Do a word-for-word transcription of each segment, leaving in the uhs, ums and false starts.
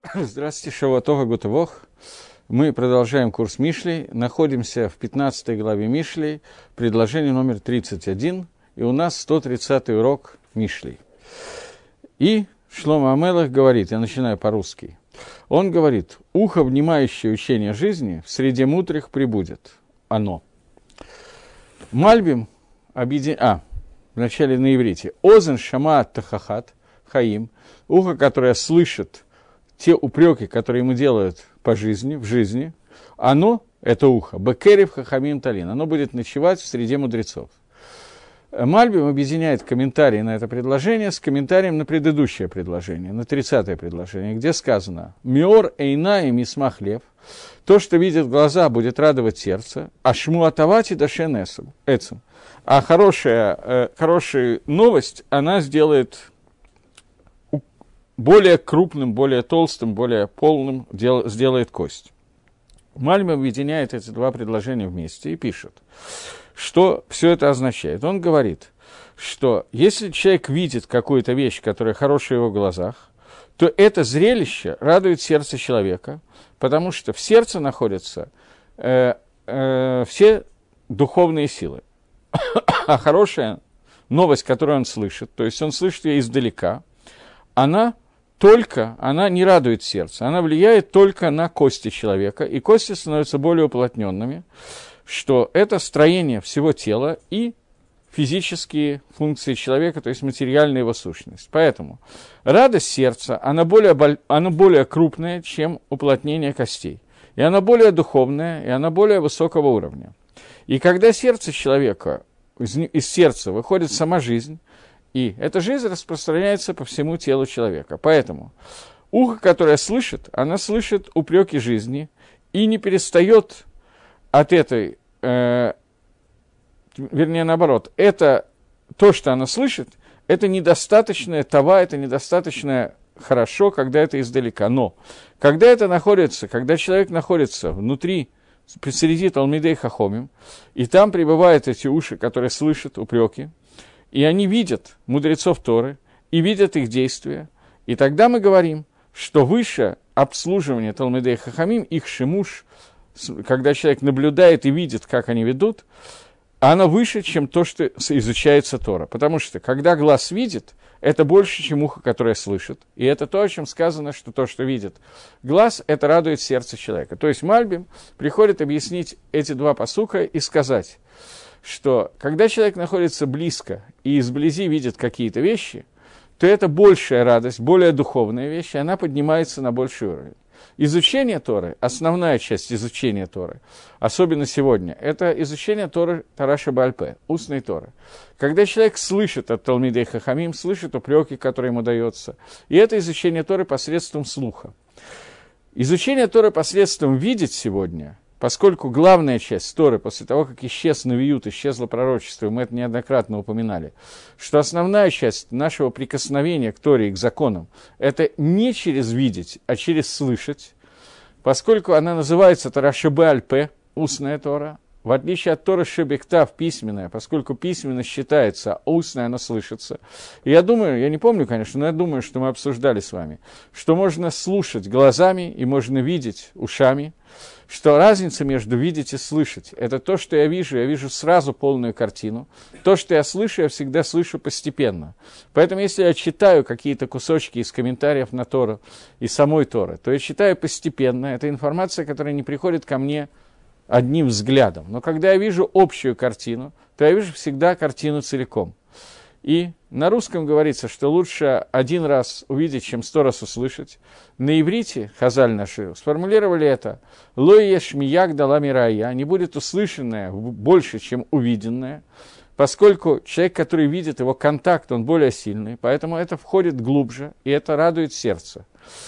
Здравствуйте, Шавуатова, Гутывох. Мы продолжаем курс Мишли, находимся в пятнадцатой главе Мишли, предложение номер тридцать один, и у нас сто тридцатый урок Мишли. И Шломо Амелех говорит, я начинаю по-русски, он говорит: «Ухо, внимающее учение жизни, в среде мудрых прибудет оно». Мальбим объединяет... А, вначале на иврите. «Озен шамаат тахахат хаим», ухо, которое слышит те упреки, которые ему делают по жизни, в жизни, оно, это ухо, бекерев хахамим талин, оно будет ночевать в среде мудрецов. Мальбим объединяет комментарий на это предложение с комментарием на предыдущее предложение, на тридцатое предложение, где сказано «Миор эйна и мисмах лев», то, что видят глаза, будет радовать сердце, а шму атавати дашен эцем. А хорошая, э, хорошая новость, она сделает более крупным, более толстым, более полным дел, сделает кость. Мальбим объединяет эти два предложения вместе и пишет, что все это означает. Он говорит, что если человек видит какую-то вещь, которая хорошая в его глазах, то это зрелище радует сердце человека, потому что в сердце находятся э, э, все духовные силы. А хорошая новость, которую он слышит, то есть он слышит ее издалека, она только, она не радует сердце, она влияет только на кости человека, и кости становятся более уплотненными, что это строение всего тела и физические функции человека, то есть материальная его сущность. Поэтому радость сердца, она более, она более крупная, чем уплотнение костей, и она более духовная, и она более высокого уровня. И когда сердце человека, из, из сердца выходит сама жизнь, и эта жизнь распространяется по всему телу человека. Поэтому ухо, которое слышит, она слышит упреки жизни и не перестает от этой, э, вернее, наоборот, это то, что она слышит, это недостаточное това, это недостаточное хорошо, когда это издалека. Но когда это находится, когда человек находится внутри, среди Талмидей Хахомим, и там пребывают эти уши, которые слышат упреки, и они видят мудрецов Торы, и видят их действия. И тогда мы говорим, что выше обслуживания Талмидей Хахамим, их шимуш, когда человек наблюдает и видит, как они ведут, оно выше, чем то, что изучается Тора. Потому что, когда глаз видит, это больше, чем ухо, которое слышит. И это то, о чем сказано, что то, что видит глаз, это радует сердце человека. То есть Мальбим приходит объяснить эти два пасука и сказать, что когда человек находится близко и изблизи видит какие-то вещи, то это большая радость, более духовная вещь, и она поднимается на больший уровень. Изучение Торы, основная часть изучения Торы, особенно сегодня, это изучение Торы Тараша Бааль-Пе, устной Торы. Когда человек слышит от Талмидей Хахамим, слышит упреки, которые ему даются, и это изучение Торы посредством слуха. Изучение Торы посредством видеть сегодня, поскольку главная часть Торы, после того, как исчез Навиют, исчезло пророчество, мы это неоднократно упоминали, что основная часть нашего прикосновения к Торе и к законам – это не через видеть, а через слышать, поскольку она называется Тора Шебе-Аль-Пе, устная Тора, в отличие от Торы Шебектав, письменная, поскольку письменно считается, а устная она слышится. И я думаю, я не помню, конечно, но я думаю, что мы обсуждали с вами, что можно слушать глазами и можно видеть ушами, что разница между видеть и слышать – это то, что я вижу, я вижу сразу полную картину. То, что я слышу, я всегда слышу постепенно. Поэтому, если я читаю какие-то кусочки из комментариев на Тору и самой Торы, то я читаю постепенно. Это информация, которая не приходит ко мне одним взглядом. Но когда я вижу общую картину, то я вижу всегда картину целиком. И на русском говорится, что лучше один раз увидеть, чем сто раз услышать. На иврите, хазаль наши, сформулировали это «Ло еш мияк дала мирая», не будет услышанное больше, чем увиденное, поскольку человек, который видит, его контакт, он более сильный, поэтому это входит глубже, и это радует сердце.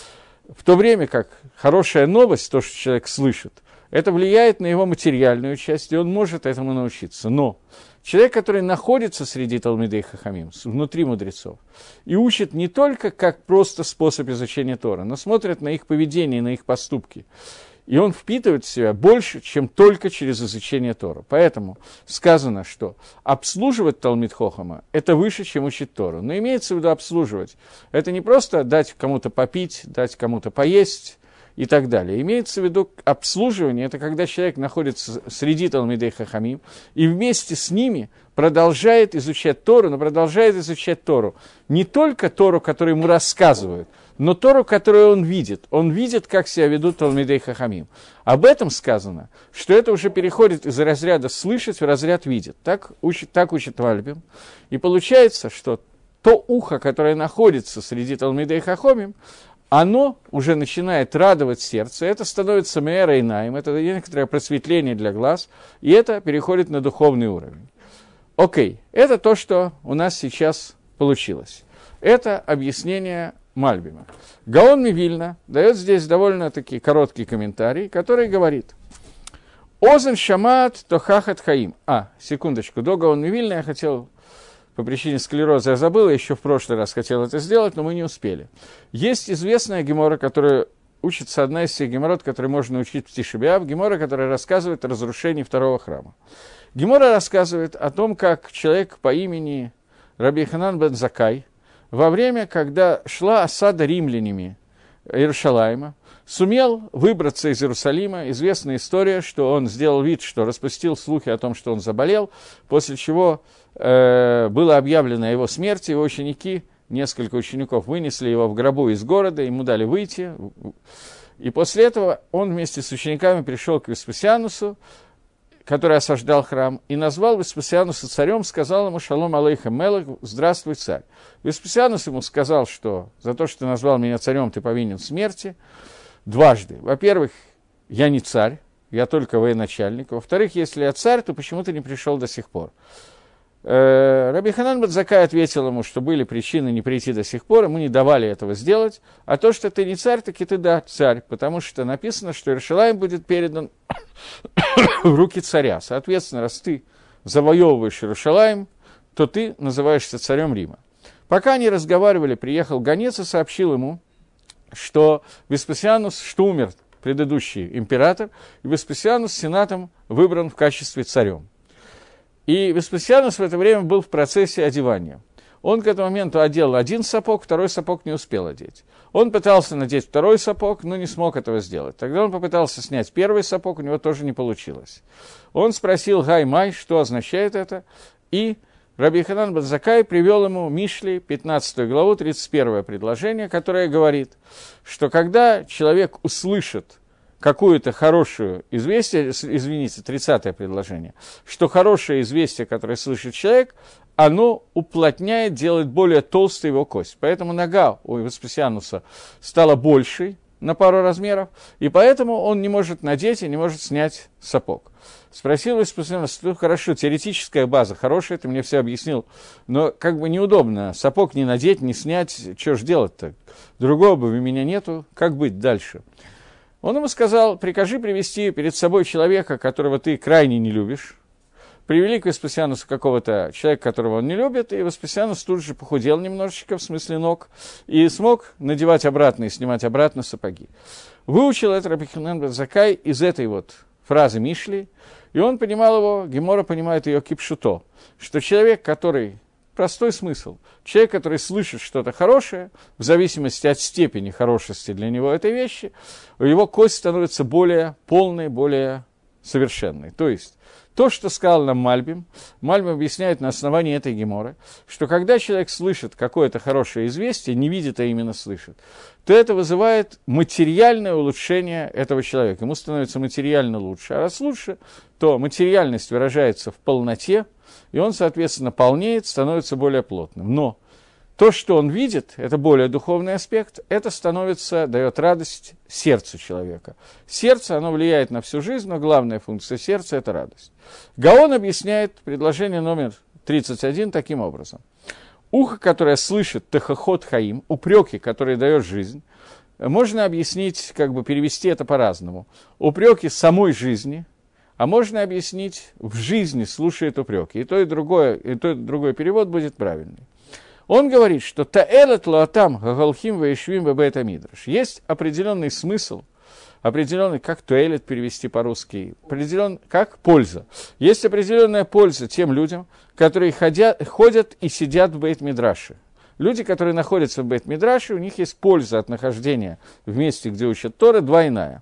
В то время как хорошая новость, то, что человек слышит, это влияет на его материальную часть, и он может этому научиться. Но человек, который находится среди Талмидей Хахамим, внутри мудрецов, и учит не только как просто способ изучения Торы, но смотрит на их поведение, на их поступки, и он впитывает в себя больше, чем только через изучение Торы. Поэтому сказано, что обслуживать Талмид Хохама – это выше, чем учить Тору. Но имеется в виду обслуживать. Это не просто дать кому-то попить, дать кому-то поесть и так далее. Имеется в виду обслуживание – это когда человек находится среди Талмидей Хахамим и вместе с ними продолжает изучать Тору, но продолжает изучать Тору. Не только Тору, которую ему рассказывают, но Тору, которую он видит. Он видит, как себя ведут Талмидей Хахамим. Об этом сказано, что это уже переходит из разряда «слышать» в разряд «видеть». Так учит, так учит Мальбим. И получается, что то ухо, которое находится среди Талмидей Хахамим, оно уже начинает радовать сердце, это становится меэра и наим, это некоторое просветление для глаз, и это переходит на духовный уровень. Окей, это то, что у нас сейчас получилось. Это объяснение Мальбима. Гаон Мивильна дает здесь довольно-таки короткий комментарий, который говорит: «Озен шамат тохахат хаим». А, секундочку, до Гаон Мивильна я хотел, по причине склероза я забыл, я еще в прошлый раз хотел это сделать, но мы не успели. Есть известная гемора, которая учится, одна из всех геморот, которые можно учить в Тиши б'Ав, гемора, которая рассказывает о разрушении второго храма. Гемора рассказывает о том, как человек по имени Раби Ханан бен Закай во время, когда шла осада римлянами Иерушалайма, сумел выбраться из Иерусалима. Известная история, что он сделал вид, что распустил слухи о том, что он заболел, после чего э, было объявлено о его смерти, его ученики, несколько учеников вынесли его в гробу из города, ему дали выйти, и после этого он вместе с учениками пришел к Веспасианусу, который осаждал храм, и назвал Веспасиануса царем, сказал ему: «Шалом алейхем мелех, здравствуй, царь». Веспасианус ему сказал, что за то, что ты назвал меня царем, ты повинен в смерти, дважды. Во-первых, я не царь, я только военачальник. Во-вторых, если я царь, то почему ты не пришел до сих пор? Раби Ханан бен Закай ответил ему, что были причины не прийти до сих пор, ему не давали этого сделать, а то, что ты не царь, так и ты, да, царь, потому что написано, что Иерушалайм будет передан в руки царя. Соответственно, раз ты завоевываешь Иерушалайм, то ты называешься царем Рима. Пока они разговаривали, приехал гонец и сообщил ему, что Веспасианус, что умер предыдущий император, и Веспасианус сенатом выбран в качестве царем. И Веспасианус в это время был в процессе одевания. Он к этому моменту одел один сапог, второй сапог не успел одеть. Он пытался надеть второй сапог, но не смог этого сделать. Тогда он попытался снять первый сапог, у него тоже не получилось. Он спросил Гай-Май, что означает это, и Раби Ханан бен Закай привел ему Мишли, пятнадцатую главу, тридцать первое предложение, которое говорит, что когда человек услышит какое-то хорошее известие, извините, тридцатое предложение, что хорошее известие, которое слышит человек, оно уплотняет, делает более толстой его кость. Поэтому нога у Веспасиануса стала большей на пару размеров, и поэтому он не может надеть и не может снять сапог. Спросил Веспасианус: ну хорошо, теоретическая база хорошая, ты мне все объяснил, но как бы неудобно, сапог не надеть, не снять, что ж делать-то? Другого бы у меня нету, как быть дальше? Он ему сказал: прикажи привести перед собой человека, которого ты крайне не любишь. Привели к Веспасианусу какого-то человека, которого он не любит, и Веспасианус тут же похудел немножечко, в смысле ног, и смог надевать обратно и снимать обратно сапоги. Выучил это Раби Ханан бен Закай из этой вот фразы Мишли, и он понимал его, Гемора понимает ее кипшуто, что человек, который... Простой смысл. Человек, который слышит что-то хорошее, в зависимости от степени хорошести для него этой вещи, его кость становится более полной, более совершенной. То есть, то, что сказал нам Мальбим, Мальбим объясняет на основании этой геморы, что когда человек слышит какое-то хорошее известие, не видит, а именно слышит, то это вызывает материальное улучшение этого человека. Ему становится материально лучше. А раз лучше, то материальность выражается в полноте, и он, соответственно, полнеет, становится более плотным. Но то, что он видит, это более духовный аспект, это становится, дает радость сердцу человека. Сердце, оно влияет на всю жизнь, но главная функция сердца – это радость. Гаон объясняет предложение номер тридцать один таким образом. Ухо, которое слышит техахот хаим, упреки, которые дает жизнь, можно объяснить, как бы перевести это по-разному. Упреки самой жизни, а можно объяснить, в жизни слушает упреки. И то, и другое, и то, и другой перевод будет правильный. Он говорит, что «таэлет лоатам гагалхим ваишвим вабэта мидраш». Есть определенный смысл определенный, как туэлет перевести по-русски, определенный, как польза. Есть определенная польза тем людям, которые ходят, ходят и сидят в бейт-мидраше. Люди, которые находятся в бейт-мидраше, у них есть польза от нахождения в месте, где учат Торы, двойная.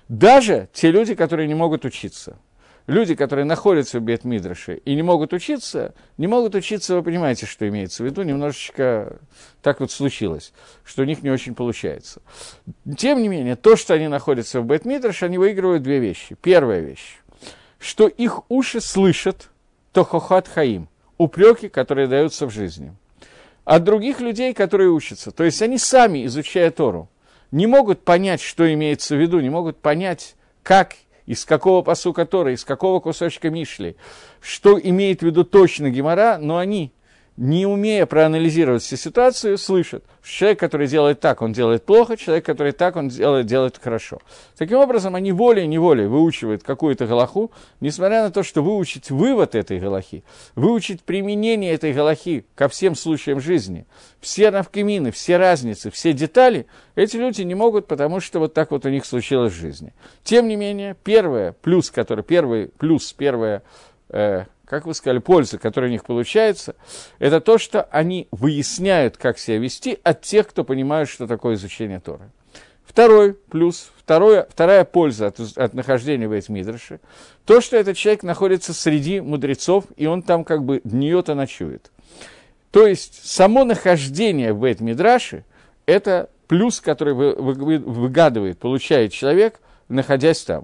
Даже те люди, которые не могут учиться. Люди, которые находятся в бейт-мидраше и не могут учиться, не могут учиться, вы понимаете, что имеется в виду, немножечко так вот случилось, что у них не очень получается. Тем не менее, то, что они находятся в бейт-мидраше, они выигрывают две вещи. Первая вещь, что их уши слышат тохохат хаим, упреки, которые даются в жизни. От других людей, которые учатся. То есть они сами, изучая Тору, не могут понять, что имеется в виду, не могут понять, как, из какого пасука Торы, из какого кусочка Мишли, что имеет в виду точно Гемара, но они, не умея проанализировать всю ситуацию, слышат, что человек, который делает так, он делает плохо, человек, который так, он делает, делает хорошо. Таким образом, они волей-неволей выучивают какую-то галаху, несмотря на то, что выучить вывод этой галахи, выучить применение этой галахи ко всем случаям жизни, все навкемины, все разницы, все детали, эти люди не могут, потому что вот так вот у них случилось в жизни. Тем не менее, первое, плюс, который, первый плюс, первое, э, как вы сказали, польза, которая у них получается, это то, что они выясняют, как себя вести от тех, кто понимает, что такое изучение Торы. Второй плюс, второе, вторая польза от, от нахождения в бейт-мидраше, то, что этот человек находится среди мудрецов, и он там как бы днюет и ночует. То есть, само нахождение в бейт-мидраше – это плюс, который вы, вы, выгадывает, получает человек, находясь там.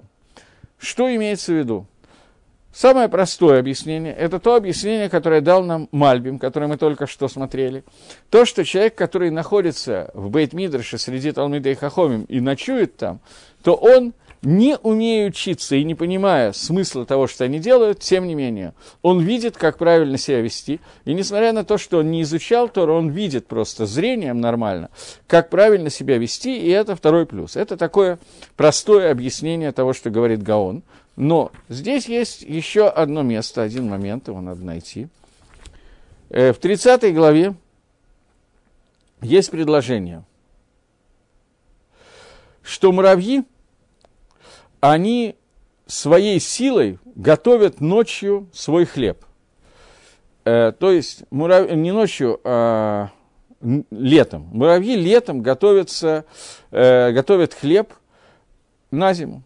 Что имеется в виду? Самое простое объяснение – это то объяснение, которое дал нам Мальбим, которое мы только что смотрели. То, что человек, который находится в бейт-мидраше среди Талмидей Хахомим и ночует там, то он, не умея учиться и не понимая смысла того, что они делают, тем не менее, он видит, как правильно себя вести. И несмотря на то, что он не изучал Тору, он видит просто зрением нормально, как правильно себя вести, и это второй плюс. Это такое простое объяснение того, что говорит Гаон. Но здесь есть еще одно место, один момент, его надо найти. В тридцатой главе есть предложение, что муравьи, они своей силой готовят ночью свой хлеб. То есть мурав... не ночью, а летом. Муравьи летом готовятся, готовят хлеб на зиму.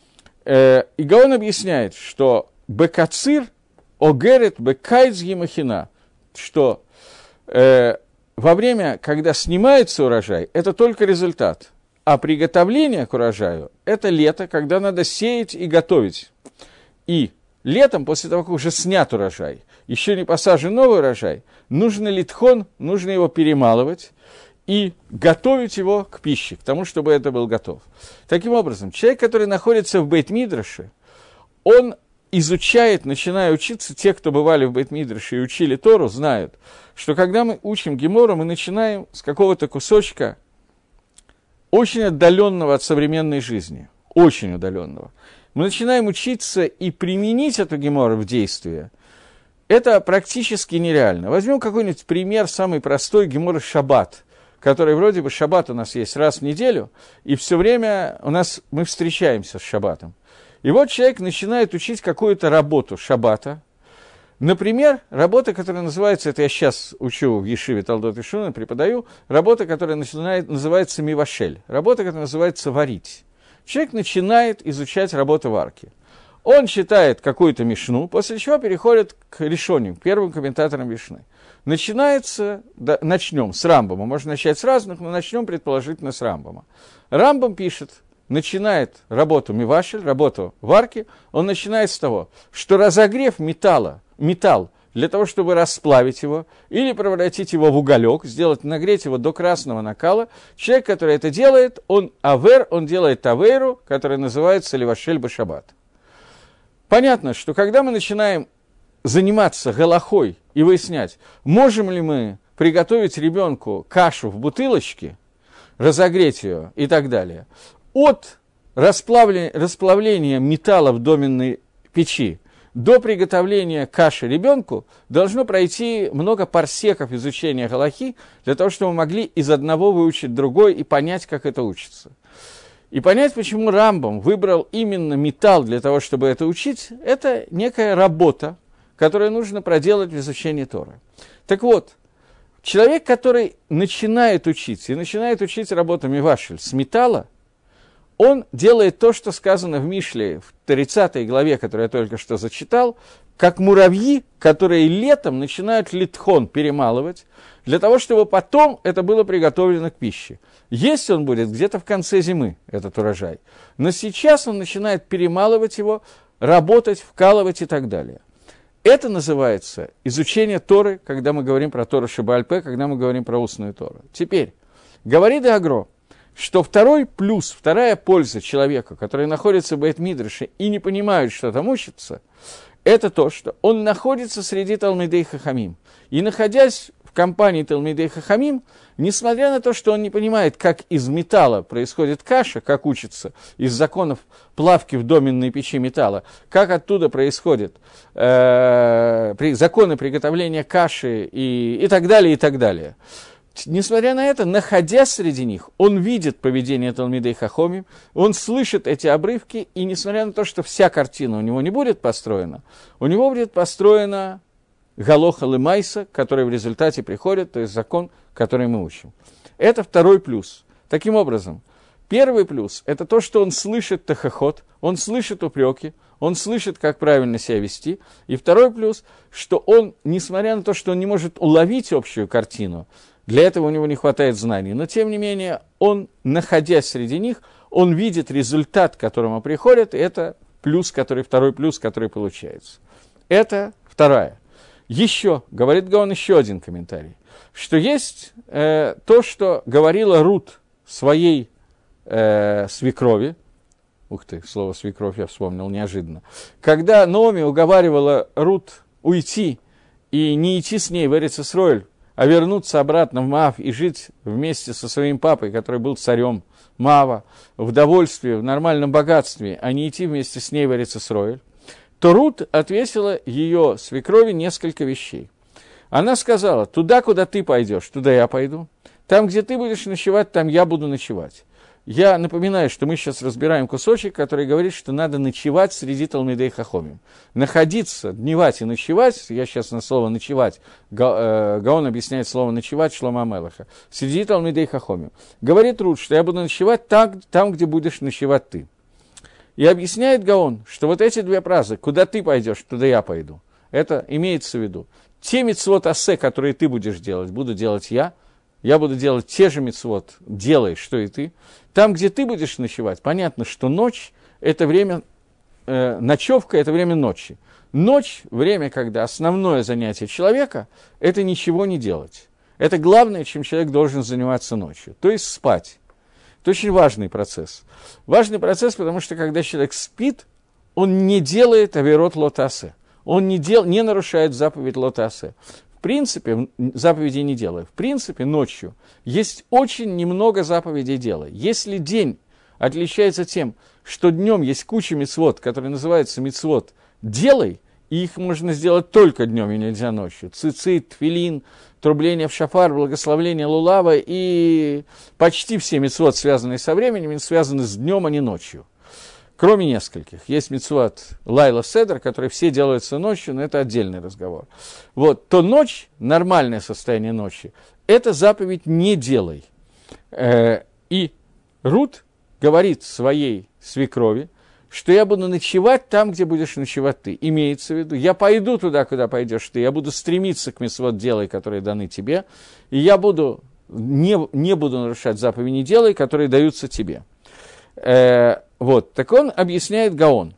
И Гаон объясняет, что бекацир огерет бекайц гимахина, что э, во время, когда снимается урожай, это только результат, а приготовление к урожаю – это лето, когда надо сеять и готовить. И летом, после того, как уже снят урожай, еще не посажен новый урожай, нужно литхон, нужно его перемалывать, и готовить его к пище, к тому, чтобы это был готов. Таким образом, человек, который находится в бейт-мидраше, он изучает, начиная учиться, те, кто бывали в бейт-мидраше и учили Тору, знают, что когда мы учим Гемору, мы начинаем с какого-то кусочка очень отдаленного от современной жизни, очень удаленного. Мы начинаем учиться и применить эту Гемору в действие. Это практически нереально. Возьмем какой-нибудь пример, самый простой, Гемора Шаббат, который вроде бы шаббат у нас есть раз в неделю, и все время у нас мы встречаемся с шаббатом. И вот человек начинает учить какую-то работу шаббата. Например, работа, которая называется, это я сейчас учу в Ешиве Талдот Ишуна, преподаю, работа, которая начинает, называется мивашель, работа, которая называется варить. Человек начинает изучать работу варки. Он читает какую-то мишну, после чего переходит к решению, к первым комментаторам мишны. Начинается, да, начнем с Рамбама, можно начать с разных, но начнем предположительно с Рамбама. Рамбам пишет, начинает работу мивашель, работу варки, он начинает с того, что разогрев металла, металл для того, чтобы расплавить его или превратить его в уголек, сделать, нагреть его до красного накала, человек, который это делает, он авер, он делает авейру, которая называется левашель башаббат. Понятно, что когда мы начинаем заниматься галахой и выяснять, можем ли мы приготовить ребенку кашу в бутылочке, разогреть ее и так далее, от расплавления, расплавления металла в доменной печи до приготовления каши ребенку должно пройти много парсеков изучения галахи, для того, чтобы мы могли из одного выучить другой и понять, как это учится. И понять, почему Рамбам выбрал именно металл для того, чтобы это учить, это некая работа, которую нужно проделать в изучении Торы. Так вот, человек, который начинает учить, и начинает учить работу Мивашель с металла, он делает то, что сказано в Мишле, в тридцатой главе, которую я только что зачитал, как муравьи, которые летом начинают литхон перемалывать, для того, чтобы потом это было приготовлено к пище. Есть он будет где-то в конце зимы, этот урожай. Но сейчас он начинает перемалывать его, работать, вкалывать и так далее. Это называется изучение Торы, когда мы говорим про Тору Шебааль-Пе, когда мы говорим про устную Тору. Теперь, говорит Агро, что второй плюс, вторая польза человека, который находится в Бейт-Мидраше и не понимает, что там учится, это то, что он находится среди Талмидей Хахамим. И находясь в компании Талмидей Хахамим, несмотря на то, что он не понимает, как из металла происходит каша, как учится из законов плавки в доменной печи металла, как оттуда происходят э, при, законы приготовления каши и, и так далее, и так далее. Несмотря на это, находясь среди них, он видит поведение Талмидей Хахамим, он слышит эти обрывки, и несмотря на то, что вся картина у него не будет построена, у него будет построена галоха лемайса, который в результате приходит, то есть закон, который мы учим. Это второй плюс. Таким образом, первый плюс – это то, что он слышит тахахот, он слышит упреки, он слышит, как правильно себя вести. И второй плюс, что он, несмотря на то, что он не может уловить общую картину, для этого у него не хватает знаний. Но, тем не менее, он, находясь среди них, он видит результат, к которому приходит, и это плюс, который, второй плюс, который получается. Это вторая. Еще, говорит Гаон, еще один комментарий, что есть э, то, что говорила Рут своей э, свекрови, ух ты, слово свекровь я вспомнил неожиданно, когда Наоми уговаривала Рут уйти и не идти с ней в Эрец Исроэль, а вернуться обратно в Маав и жить вместе со своим папой, который был царем Маава, в довольстве, в нормальном богатстве, а не идти вместе с ней в Эрец Исроэль, то Рут ответила ее свекрови несколько вещей. Она сказала: туда, куда ты пойдешь, туда я пойду, там, где ты будешь ночевать, там я буду ночевать. Я напоминаю, что мы сейчас разбираем кусочек, который говорит, что надо ночевать среди Талмидей Хахамим. Находиться, дневать и ночевать, я сейчас на слово «ночевать», Гаон объясняет слово «ночевать» Шломо Амелеха, среди Талмидей Хахамим. Говорит Рут, что я буду ночевать там, там, где будешь ночевать ты. И объясняет Гаон, что вот эти две фразы «куда ты пойдешь, туда я пойду», это имеется в виду. Те мицвот асе, которые ты будешь делать, буду делать я, я буду делать те же мицвот, делай, что и ты. Там, где ты будешь ночевать, понятно, что ночь – это время, э, ночевка – это время ночи. Ночь – время, когда основное занятие человека – это ничего не делать. Это главное, чем человек должен заниматься ночью, то есть спать. Это очень важный процесс. Важный процесс, потому что когда человек спит, он не делает авейрот лот асе, он не, дел, не нарушает заповедь лот асе. В принципе, заповедей не делая. В принципе, ночью есть очень немного заповедей делая. Если день отличается тем, что днем есть куча мицвот, которые называются мицвот «делай», и их можно сделать только днем и нельзя ночью. Цицит, тфилин, трубление в шафар, благословление лулава и почти все мицвот, связанные со временем, связаны с днем, а не ночью. Кроме нескольких. Есть мицвот Лайла Седер, которые все делаются ночью, но это отдельный разговор. Вот, то ночь, нормальное состояние ночи, это заповедь «не делай». Э, и Рут говорит своей свекрови, что я буду ночевать там, где будешь ночевать ты. Имеется в виду, я пойду туда, куда пойдешь ты, я буду стремиться к мицвот «делай», которые даны тебе, и я буду, не, не буду нарушать заповеди «не делай», которые даются тебе. Э, Вот, так он объясняет Гаон,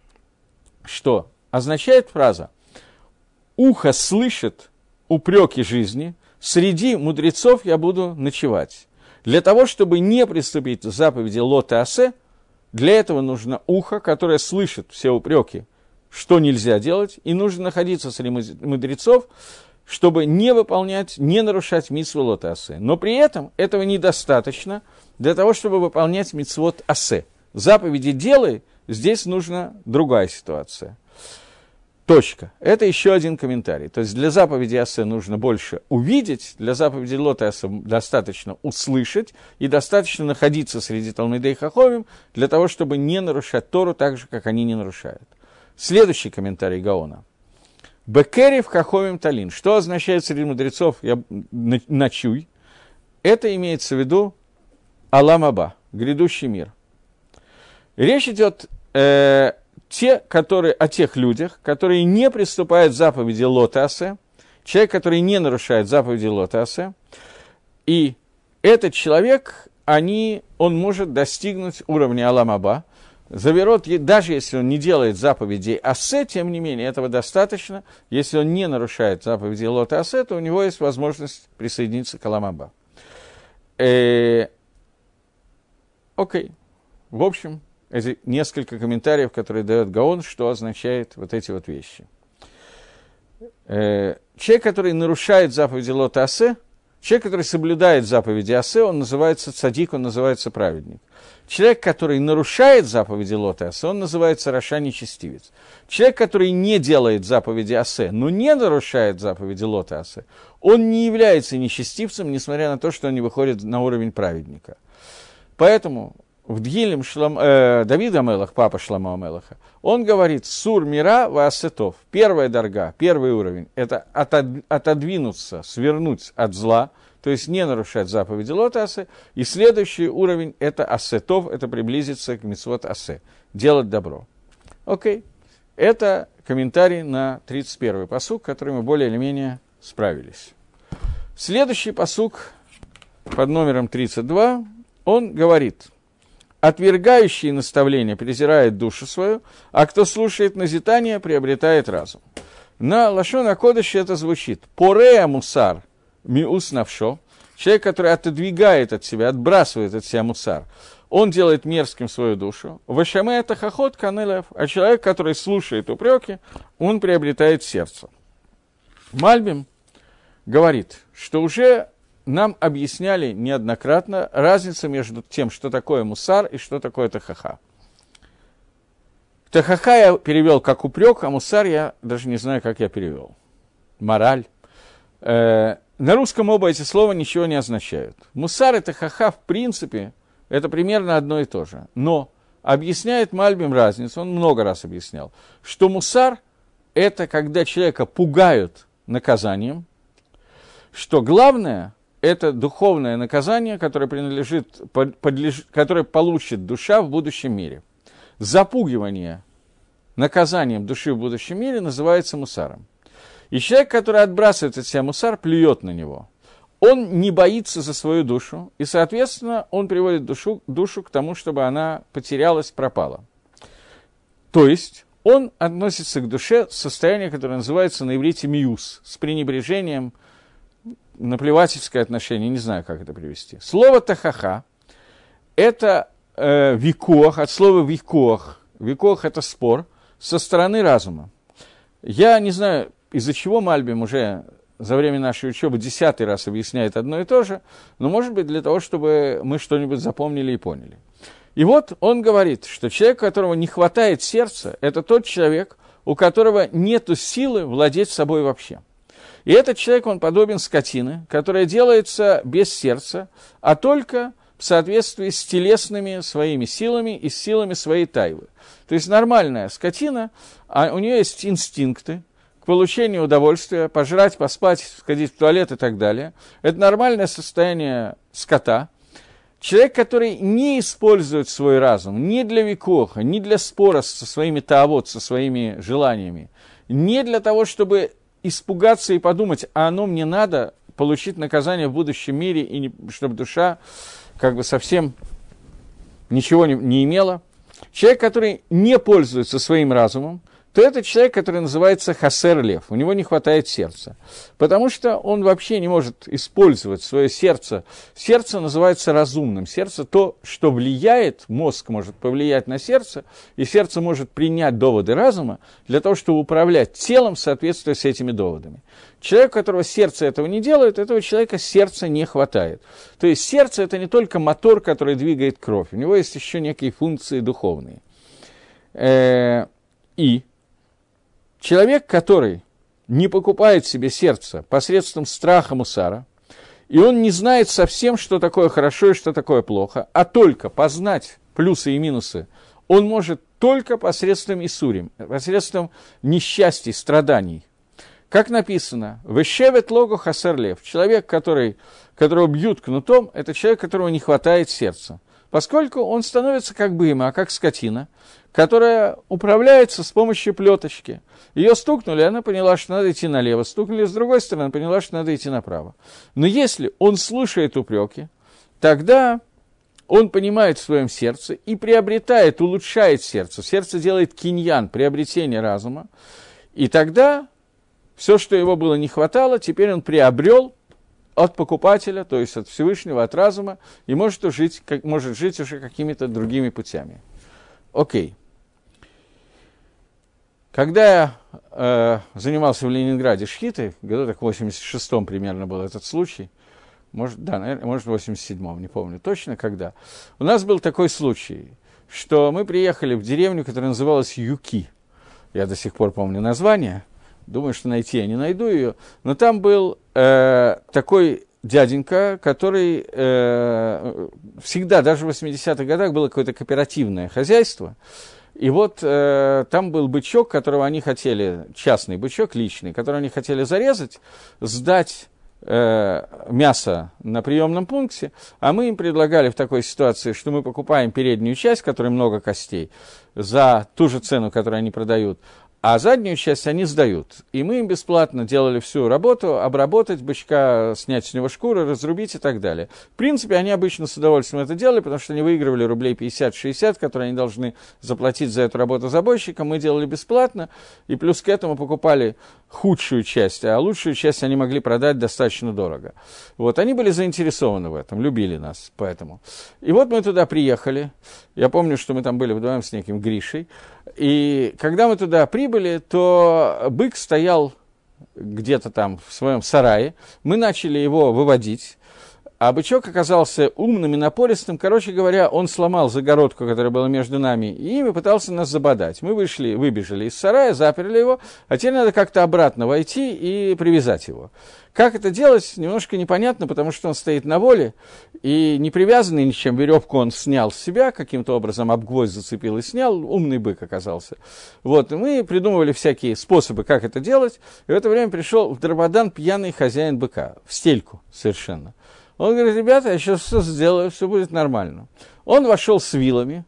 что означает фраза «ухо слышит упреки жизни, среди мудрецов я буду ночевать». Для того, чтобы не приступить к заповеди лот и асе, для этого нужно ухо, которое слышит все упреки, что нельзя делать, и нужно находиться среди мудрецов, чтобы не выполнять, не нарушать мицву лот и асе. Но при этом этого недостаточно для того, чтобы выполнять мицвот асе. Заповеди «делай», здесь нужна другая ситуация. Точка. Это еще один комментарий. То есть для заповеди Асе нужно больше увидеть, для заповеди Лот и Асе достаточно услышать и достаточно находиться среди Талмидей Хахомим для того, чтобы не нарушать Тору так же, как они не нарушают. Следующий комментарий Гаона. Бекерев Хахомим Талин. Что означает среди мудрецов я, ночуй? Это имеется в виду Алам Аба, грядущий мир. Речь идет э, те, которые, о тех людях, которые не приступают к заповеди Лот и Асе, человек, который не нарушает заповеди Лот и Асе, и этот человек, они, он может достигнуть уровня Алам Аба. Заверот, даже если он не делает заповедей Асе, тем не менее, этого достаточно. Если он не нарушает заповеди Лот и Асе, то у него есть возможность присоединиться к Алам Аба. Э, окей. В общем, эти несколько комментариев, которые дает Гаон, что означает вот эти вот вещи. Э, человек, который нарушает заповеди Лот и Асе, человек, который соблюдает заповеди Асе, он называется цадик, он называется праведник. Человек, который нарушает заповеди Лот и Асе, он называется раша, нечестивец. Человек, который не делает заповеди Асе, но не нарушает заповеди Лот и Асе, он не является нечестивцем, несмотря на то, что он не выходит на уровень праведника. Поэтому в Дгилем Шлам, э, Давид Амелах, папа Шломо Амелаха, он говорит «Сур мира ваасетов». Первая дорога, первый уровень – это отодвинуться, свернуть от зла, то есть не нарушать заповеди Лот и Асе. И следующий уровень – это асетов, это приблизиться к мицвот Асе, делать добро. Окей. Это комментарий на тридцать первый пасук, который мы более или менее справились. Следующий пасук под номером тридцать два, он говорит: «Отвергающий наставление презирает душу свою, а кто слушает назидание, приобретает разум». На лашон а-кодеше это звучит «Порея мусар миус навшо». Человек, который отодвигает от себя, отбрасывает от себя мусар, он делает мерзким свою душу. «Вашаме это хахот канелев», а человек, который слушает упреки, он приобретает сердце. Мальбим говорит, что уже нам объясняли неоднократно разницу между тем, что такое мусар и что такое тахаха. Тахаха я перевел как упрек, а мусар я даже не знаю, как я перевел. Мораль. Э, на русском оба эти слова ничего не означают. Мусар и тахаха, в принципе, это примерно одно и то же. Но объясняет Мальбим разницу, он много раз объяснял, что мусар – это когда человека пугают наказанием, что главное – это духовное наказание, которое, принадлежит, подлежит, которое получит душа в будущем мире. Запугивание наказанием души в будущем мире называется мусаром. И человек, который отбрасывает от себя мусар, плюет на него. Он не боится за свою душу, и, соответственно, он приводит душу, душу к тому, чтобы она потерялась, пропала. То есть он относится к душе в состоянии, которое называется на иврите миюс, с пренебрежением, наплевательское отношение, не знаю, как это привести. Слово тахаха – это э, викох, от слова викох. Викох – это спор со стороны разума. Я не знаю, из-за чего Мальбим уже за время нашей учебы десятый раз объясняет одно и то же, но, может быть, для того, чтобы мы что-нибудь запомнили и поняли. И вот он говорит, что человек, у которого не хватает сердца, это тот человек, у которого нет силы владеть собой вообще. И этот человек, он подобен скотине, которая делается без сердца, а только в соответствии с телесными своими силами и с силами своей тайвы. То есть нормальная скотина, а у нее есть инстинкты к получению удовольствия, пожрать, поспать, сходить в туалет и так далее. Это нормальное состояние скота. Человек, который не использует свой разум ни для викоха, ни для спора со своими таавот, со своими желаниями, не для того, чтобы испугаться и подумать, а оно мне надо получить наказание в будущем мире, и не, чтобы душа как бы совсем ничего не, не имела. Человек, который не пользуется своим разумом, то это человек, который называется хасер лев, у него не хватает сердца, потому что он вообще не может использовать свое сердце. Сердце называется разумным, сердце то, что влияет, мозг может повлиять на сердце, и сердце может принять доводы разума для того, чтобы управлять телом в соответствии с этими доводами. Человек, у которого сердце этого не делает, этого человека сердца не хватает. То есть сердце – это не только мотор, который двигает кровь, у него есть еще некие функции духовные. И человек, который не покупает себе сердце посредством страха мусара, и он не знает совсем, что такое хорошо и что такое плохо, а только познать плюсы и минусы, он может только посредством исурим, посредством несчастий, страданий. Как написано, «Вешевет логу хасер лев», человек, который, которого бьют кнутом, это человек, которого не хватает сердца, поскольку он становится как быма, как скотина, которая управляется с помощью плеточки. Ее стукнули, она поняла, что надо идти налево, стукнули с другой стороны, поняла, что надо идти направо. Но если он слушает упреки, тогда он понимает в своем сердце и приобретает, улучшает сердце. Сердце делает киньян, приобретение разума, и тогда все, что его было не хватало, теперь он приобрел от покупателя, то есть от Всевышнего, от разума, и может жить, как, может жить уже какими-то другими путями. Окей. Когда я э, занимался в Ленинграде шхитой, году так в восемьдесят шестом примерно был этот случай, может, да, наверное, может, в восемьдесят седьмом, не помню точно когда, у нас был такой случай, что мы приехали в деревню, которая называлась Юки. Я до сих пор помню название. Думаю, что найти я не найду ее. Но там был э, такой дяденька, который э, всегда, даже в восьмидесятых годах, было какое-то кооперативное хозяйство. И вот э, там был бычок, которого они хотели, частный бычок, личный, который они хотели зарезать, сдать э, мясо на приемном пункте, а мы им предлагали в такой ситуации, что мы покупаем переднюю часть, в которой много костей, за ту же цену, которую они продают, а заднюю часть они сдают. И мы им бесплатно делали всю работу, обработать бычка, снять с него шкуру, разрубить и так далее. В принципе, они обычно с удовольствием это делали, потому что они выигрывали рублей пятьдесят-шестьдесят, которые они должны заплатить за эту работу забойщикам. Мы делали бесплатно, и плюс к этому покупали худшую часть, а лучшую часть они могли продать достаточно дорого. Вот, они были заинтересованы в этом, любили нас поэтому. И вот мы туда приехали. Я помню, что мы там были вдвоем с неким Гришей. И когда мы туда прибыли, то бык стоял где-то там в своем сарае. Мы начали его выводить. А бычок оказался умным и напористым. Короче говоря, он сломал загородку, которая была между нами и ими, пытался нас забодать. Мы вышли, выбежали из сарая, заперли его, а теперь надо как-то обратно войти и привязать его. Как это делать, немножко непонятно, потому что он стоит на воле, и не привязанный ничем, веревку он снял с себя, каким-то образом об гвоздь зацепил и снял, умный бык оказался. Вот, и мы придумывали всякие способы, как это делать, и в это время пришел в Драбадан пьяный хозяин быка, в стельку совершенно. Он говорит: ребята, я сейчас все сделаю, все будет нормально. Он вошел с вилами,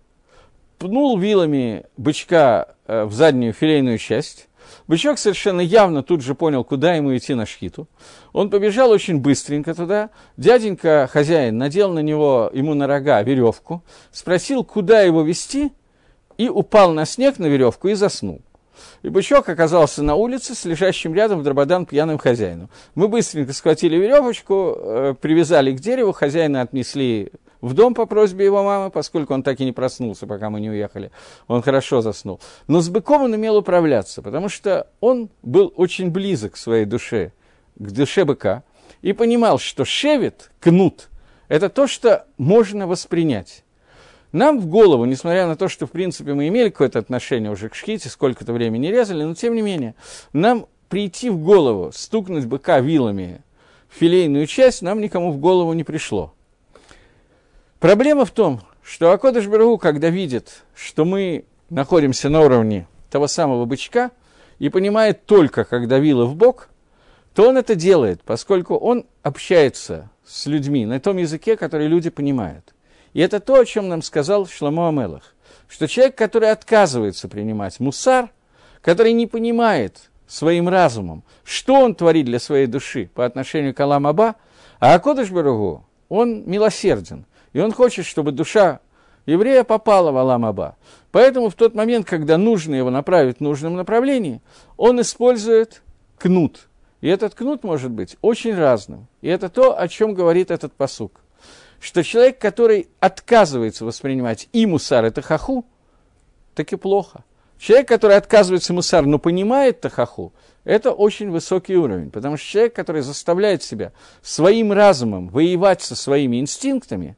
пнул вилами бычка э, в заднюю филейную часть. Бычок совершенно явно тут же понял, куда ему идти на шхиту. Он побежал очень быстренько туда. Дяденька, хозяин, надел на него, ему на рога веревку, спросил, куда его вести, и упал на снег на веревку и заснул. И бычок оказался на улице с лежащим рядом в Драбадан пьяным хозяином. Мы быстренько схватили веревочку, э, привязали к дереву, хозяина отнесли в дом по просьбе его мамы, поскольку он так и не проснулся, пока мы не уехали. Он хорошо заснул. Но с быком он умел управляться, потому что он был очень близок к своей душе, к душе быка, и понимал, что шевет, кнут, это то, что можно воспринять. Нам в голову, несмотря на то, что, в принципе, мы имели какое-то отношение уже к шхите, сколько-то времени резали, но, тем не менее, нам прийти в голову, стукнуть быка вилами в филейную часть, нам никому в голову не пришло. Проблема в том, что Акодыш Барух Ху, когда видит, что мы находимся на уровне того самого бычка, и понимает только, когда вилы в бок, то он это делает, поскольку он общается с людьми на том языке, который люди понимают. И это то, о чем нам сказал Шломо а-Мелех, что человек, который отказывается принимать мусар, который не понимает своим разумом, что он творит для своей души по отношению к Олам Аба, а Акодыш Барух Ху, он милосерден, и он хочет, чтобы душа еврея попала в Олам Аба. Поэтому в тот момент, когда нужно его направить в нужном направлении, он использует кнут. И этот кнут может быть очень разным. И это то, о чем говорит этот пасук. Что человек, который отказывается воспринимать и мусар, и тахаху, так и плохо. Человек, который отказывается мусар, но понимает тахаху, это очень высокий уровень. Потому что человек, который заставляет себя своим разумом воевать со своими инстинктами,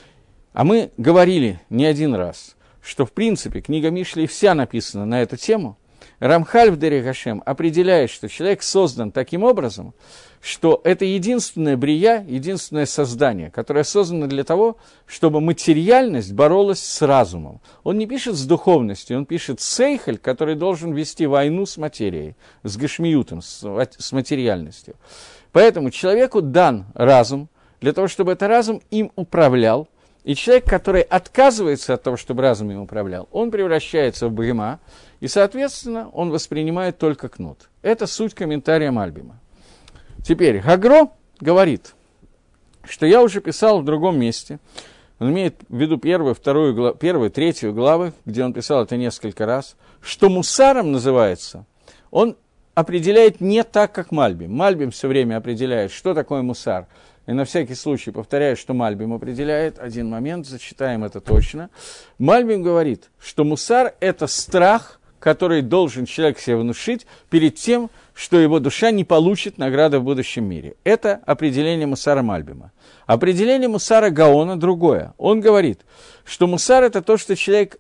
а мы говорили не один раз, что в принципе книга Мишлей вся написана на эту тему, Рамхаль в Дерech Гашем определяет, что человек создан таким образом, что это единственное брия, единственное создание, которое создано для того, чтобы материальность боролась с разумом. Он не пишет с духовностью, он пишет сейхель, который должен вести войну с материей, с гашмиютом, с, с материальностью. Поэтому человеку дан разум, для того, чтобы этот разум им управлял. И человек, который отказывается от того, чтобы разум им управлял, он превращается в богема, и, соответственно, он воспринимает только кнут. Это суть комментария Мальбима. Теперь Гагро говорит, что я уже писал в другом месте, он имеет в виду первую, вторую, первую, третью главы, где он писал это несколько раз, что мусаром называется, он определяет не так, как Мальбим. Мальбим все время определяет, что такое мусар. И на всякий случай повторяю, что Мальбим определяет. Один момент, зачитаем это точно. Мальбим говорит, что мусар – это страх, который должен человек себе внушить перед тем, что его душа не получит награды в будущем мире. Это определение мусара Мальбима. Определение мусара Гаона другое. Он говорит, что мусар – это то, что человек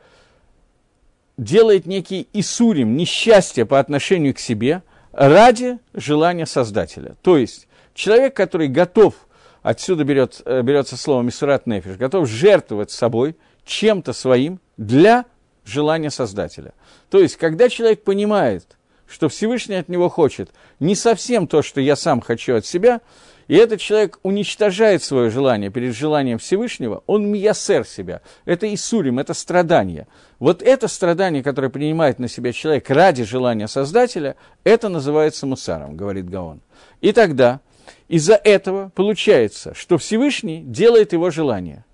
делает некий исурим, несчастье по отношению к себе ради желания Создателя. То есть человек, который готов, отсюда берет, берется слово мисурат нефиш, готов жертвовать собой чем-то своим для желания Создателя. То есть, когда человек понимает, что Всевышний от него хочет не совсем то, что я сам хочу от себя, и этот человек уничтожает свое желание перед желанием Всевышнего, он миясер себя. Это исурим, это страдание. Вот это страдание, которое принимает на себя человек ради желания Создателя, это называется мусаром, говорит Гаон. И тогда из-за этого получается, что Всевышний делает его желание.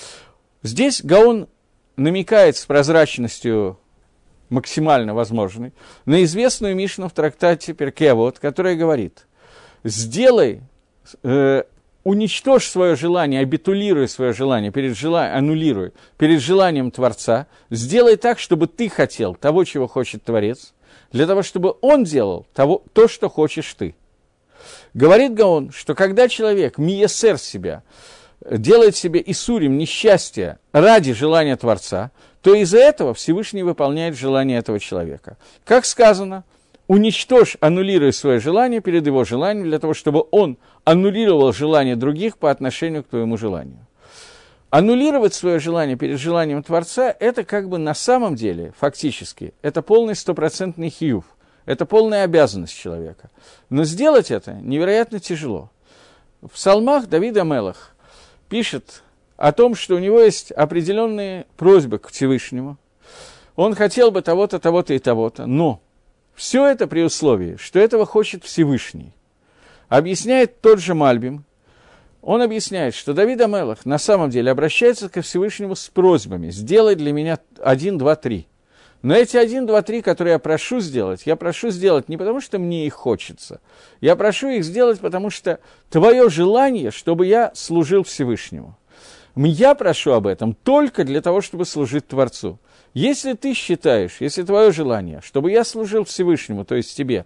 Здесь Гаон намекает с прозрачностью максимально возможной на известную Мишну в трактате Перкей Авот, которая говорит: «Сделай, э, уничтожь свое желание, абитулируй свое желание, перед жела... аннулируй перед желанием Творца, сделай так, чтобы ты хотел того, чего хочет Творец, для того, чтобы он делал того, то, что хочешь ты». Говорит Гаон, что когда человек миясер себя, делает себе исурим, несчастье ради желания Творца, то из-за этого Всевышний выполняет желание этого человека. Как сказано, уничтожь, аннулируй свое желание перед его желанием, для того, чтобы он аннулировал желание других по отношению к твоему желанию. Аннулировать свое желание перед желанием Творца, это как бы на самом деле, фактически, это полный стопроцентный хиюв, это полная обязанность человека. Но сделать это невероятно тяжело. В псалмах Давид а-Мелех пишет о том, что у него есть определенные просьбы к Всевышнему. Он хотел бы того-то, того-то и того-то, но все это при условии, что этого хочет Всевышний. Объясняет тот же Мальбим. Он объясняет, что Давид а-Мелех на самом деле обращается ко Всевышнему с просьбами: «Сделай для меня один, два, три». Но эти один, два, три, которые я прошу сделать, я прошу сделать не потому, что мне их хочется. Я прошу их сделать, потому что твое желание, чтобы я служил Всевышнему. Я прошу об этом только для того, чтобы служить Творцу. Если ты считаешь, если твое желание, чтобы я служил Всевышнему, то есть тебе,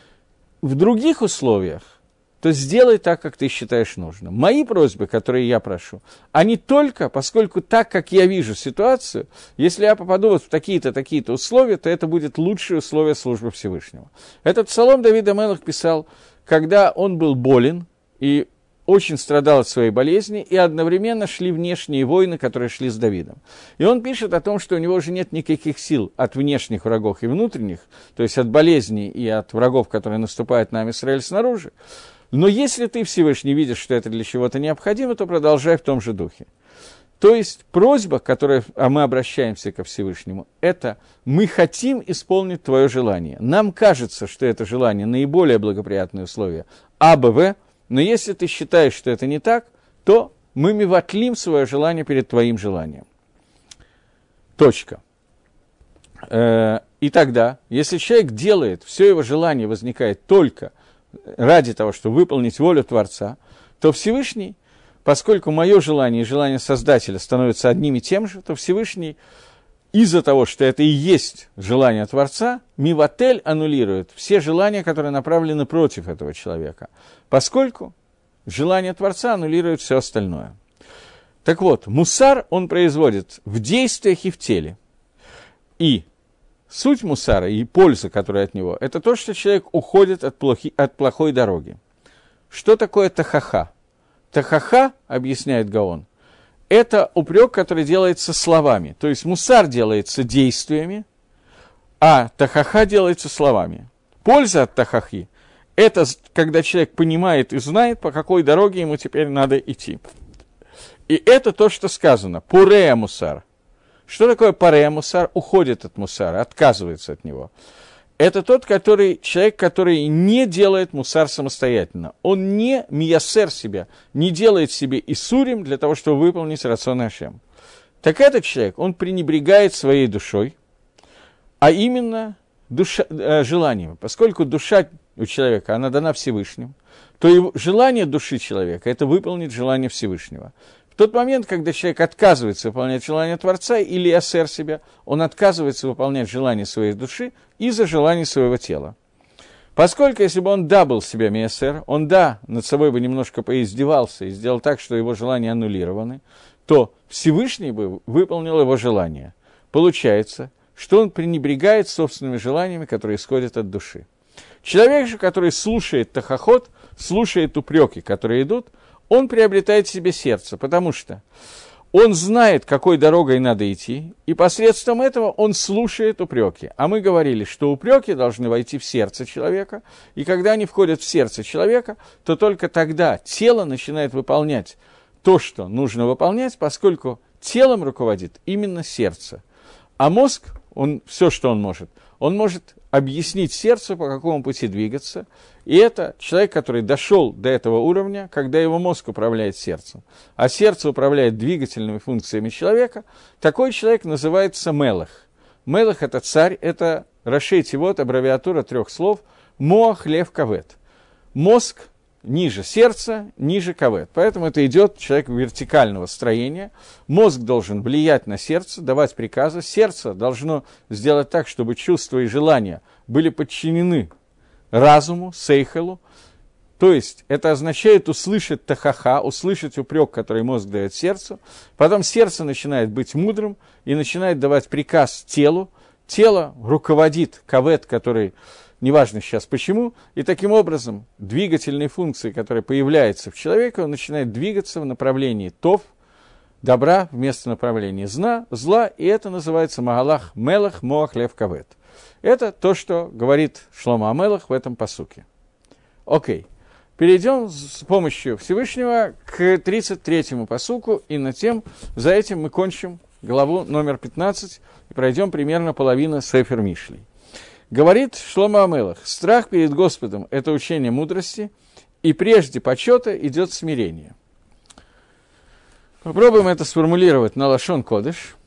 в других условиях, то сделай так, как ты считаешь нужным. Мои просьбы, которые я прошу, они только, поскольку так, как я вижу ситуацию, если я попаду вот в такие-то, такие-то условия, то это будет лучшие условия службы Всевышнего. Этот псалом Давид а-Мелех писал, когда он был болен и очень страдал от своей болезни, и одновременно шли внешние войны, которые шли с Давидом. И он пишет о том, что у него уже нет никаких сил от внешних врагов и внутренних, то есть от болезней и от врагов, которые наступают на Израиль снаружи. Но если ты, Всевышний, видишь, что это для чего-то необходимо, то продолжай в том же духе. То есть просьба, к которой мы обращаемся ко Всевышнему, это мы хотим исполнить твое желание. Нам кажется, что это желание наиболее благоприятные условия А, Б, В, но если ты считаешь, что это не так, то мы миватлим свое желание перед твоим желанием. Точка. И тогда, если человек делает, все его желание возникает только ради того, чтобы выполнить волю Творца, то Всевышний, поскольку мое желание и желание Создателя становятся одним и тем же, то Всевышний из-за того, что это и есть желание Творца, миватель аннулирует все желания, которые направлены против этого человека, поскольку желание Творца аннулирует все остальное. Так вот, мусар он производит в действиях и в теле. И суть мусара и польза, которая от него, это то, что человек уходит от, плохи, от плохой дороги. Что такое тахаха? Тахаха, объясняет Гаон, это упрек, который делается словами. То есть мусар делается действиями, а тахаха делается словами. Польза от тахахи – это когда человек понимает и знает, по какой дороге ему теперь надо идти. И это то, что сказано. Пурея мусар. Что такое парея мусар? Уходит от мусара, отказывается от него. Это тот, который, человек, который не делает мусар самостоятельно. Он не миясер себя, не делает себе исурим для того, чтобы выполнить рацион Ашем. Так этот человек, он пренебрегает своей душой, а именно душа, э, желаниями. Поскольку душа у человека, она дана Всевышним, то его, желание души человека – это выполнить желание Всевышнего. В тот момент, когда человек отказывается выполнять желание Творца или асер себя, он отказывается выполнять желание своей души из-за желания своего тела. Поскольку, если бы он да был себя миасер, он да над собой бы немножко поиздевался и сделал так, что его желания аннулированы, то Всевышний бы выполнил его желание. Получается, что он пренебрегает собственными желаниями, которые исходят от души. Человек же, который слушает тахахот, слушает упреки, которые идут, он приобретает в себе сердце, потому что он знает, какой дорогой надо идти, и посредством этого он слушает упреки. А мы говорили, что упреки должны войти в сердце человека, и когда они входят в сердце человека, то только тогда тело начинает выполнять то, что нужно выполнять, поскольку телом руководит именно сердце. А мозг, он, все, что он может, он может объяснить сердцу, по какому пути двигаться. И это человек, который дошел до этого уровня, когда его мозг управляет сердцем, а сердце управляет двигательными функциями человека, такой человек называется мелах. Мелах – это царь, это рашей тивот, аббревиатура трех слов, моах, лев, кавет. Мозг ниже сердца, ниже кавет. Поэтому это идет человек вертикального строения. Мозг должен влиять на сердце, давать приказы. Сердце должно сделать так, чтобы чувства и желания были подчинены разуму, сейхелу. То есть это означает услышать тахаха, услышать упрек, который мозг дает сердцу. Потом сердце начинает быть мудрым и начинает давать приказ телу. Тело руководит кавет, который... Неважно сейчас почему, и таким образом двигательные функции, которые появляются в человеке, он начинает двигаться в направлении тов, добра, вместо направления зла, зла, и это называется Магалах Мелах Моах Лев Кавет. Это то, что говорит Шломо ха-Мелех в этом пасуке. Окей, перейдем с помощью Всевышнего к тридцать третьему пасуку, и на тем, за этим мы кончим главу номер пятнадцать, и пройдем примерно половину Сефер Мишлей. Говорит Шломо ха-Мелех, страх перед Господом – это учение мудрости, и прежде почета идет смирение. Попробуем это сформулировать на лашон кодеш.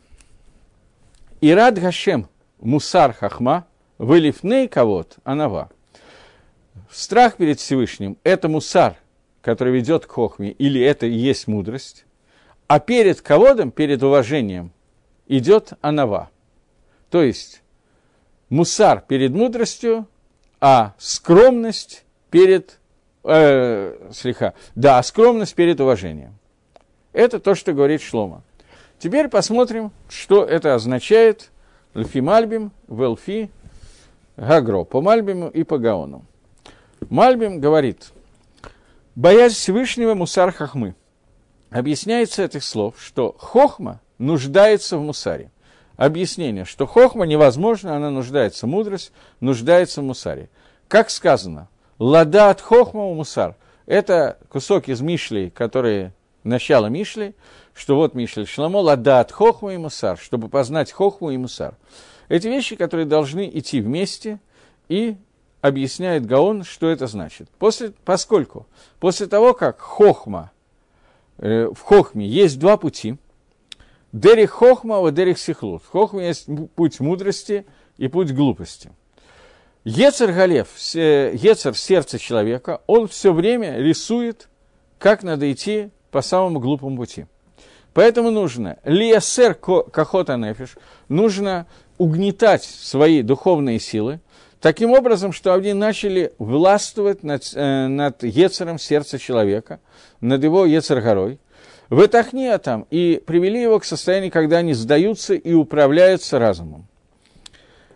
Ирад Гашем мусар хахма вылифней кавот анава. Страх перед Всевышним – это мусар, который ведет к хохме, или это и есть мудрость, а перед каводом, перед уважением, идет анава. То есть мусар перед мудростью, а скромность перед... Э, слегка, да, скромность перед уважением. Это то, что говорит Шломо. Теперь посмотрим, что это означает Льфи Мальбим, Велфи Гагро, по Мальбиму и по Гаону. Мальбим говорит, боязнь Всевышнего мусар хахмы. Объясняется этих слов, что хохма нуждается в мусаре. Объяснение, что хохма невозможно, она нуждается в мудрости, нуждается в мусаре. Как сказано, ладат хохма у мусар. Это кусок из Мишли, которые начало Мишли, что вот Мишли Шломо, ладат хохма и мусар, чтобы познать хохму и мусар. Эти вещи, которые должны идти вместе, и объясняет Гаон, что это значит. После, поскольку после того, как хохма, э, в хохме есть два пути, Дерих хохма, а дерих сихлут. В хохме есть путь мудрости и путь глупости. Ецер галев, ецер сердце человека, он все время рисует, как надо идти по самому глупому пути. Поэтому нужно лиесер кахота нефиш, нужно угнетать свои духовные силы, таким образом, что они начали властвовать над, э, над ецером сердца человека, над его ецер-горой, вытахния там, и привели его к состоянию, когда они сдаются и управляются разумом.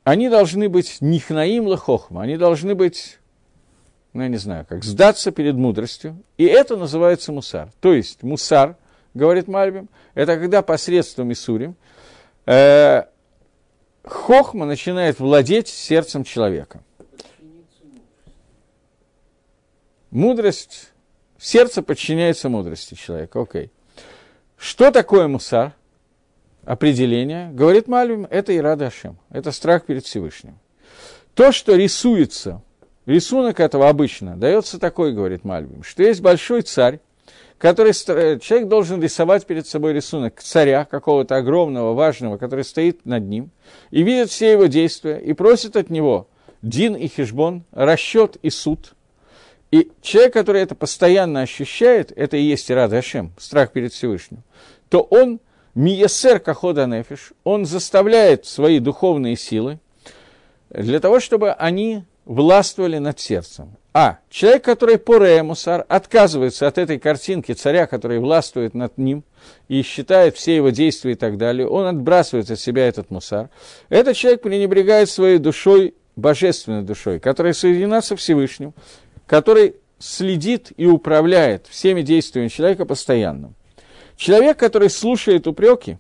они должны быть нихнаим лахохма, они должны быть, ну, я не знаю, как сдаться перед мудростью, и это называется мусар. То есть мусар, говорит Мальбим, это когда посредством Исурим э, хохма начинает владеть сердцем человека. Мудрость, сердце подчиняется мудрости человека, окей. Что такое мусар? Определение, говорит Мальбим, это ирада Ашем, это страх перед Всевышним. То, что рисуется, рисунок этого обычно дается такой, говорит Мальбим, что есть большой царь, который, человек должен рисовать перед собой рисунок царя, какого-то огромного, важного, который стоит над ним, и видит все его действия, и просит от него дин и хешбон, расчет и суд. И человек, который это постоянно ощущает, это и есть ирада Ашем, страх перед Всевышним, то он миесер кахода нефиш, он заставляет свои духовные силы для того, чтобы они властвовали над сердцем. А человек, который поре мусар, отказывается от этой картинки царя, который властвует над ним и считает все его действия и так далее, он отбрасывает от себя этот мусар. Этот человек пренебрегает своей душой, божественной душой, которая соединена со Всевышним, который следит и управляет всеми действиями человека постоянно. Человек, который слушает упреки,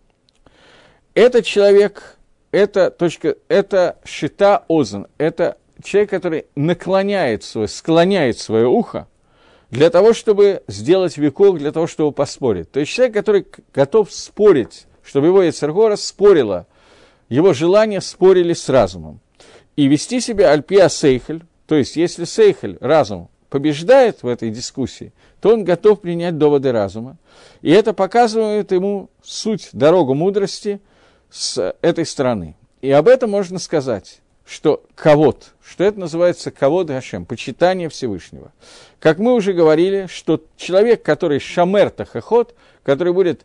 этот человек, это точка, это шита озен, это человек, который наклоняет свое, склоняет свое ухо для того, чтобы сделать веков, для того, чтобы поспорить. То есть человек, который готов спорить, чтобы его йецер гара спорило, его желания спорили с разумом. И вести себя альпия сейхель, то есть если сейхель, разум, побеждает в этой дискуссии, то он готов принять доводы разума. И это показывает ему суть, дорогу мудрости с этой стороны. И об этом можно сказать, что кавод, что это называется кавод Гашем, почитание Всевышнего. Как мы уже говорили, что человек, который шамер тахахот, который будет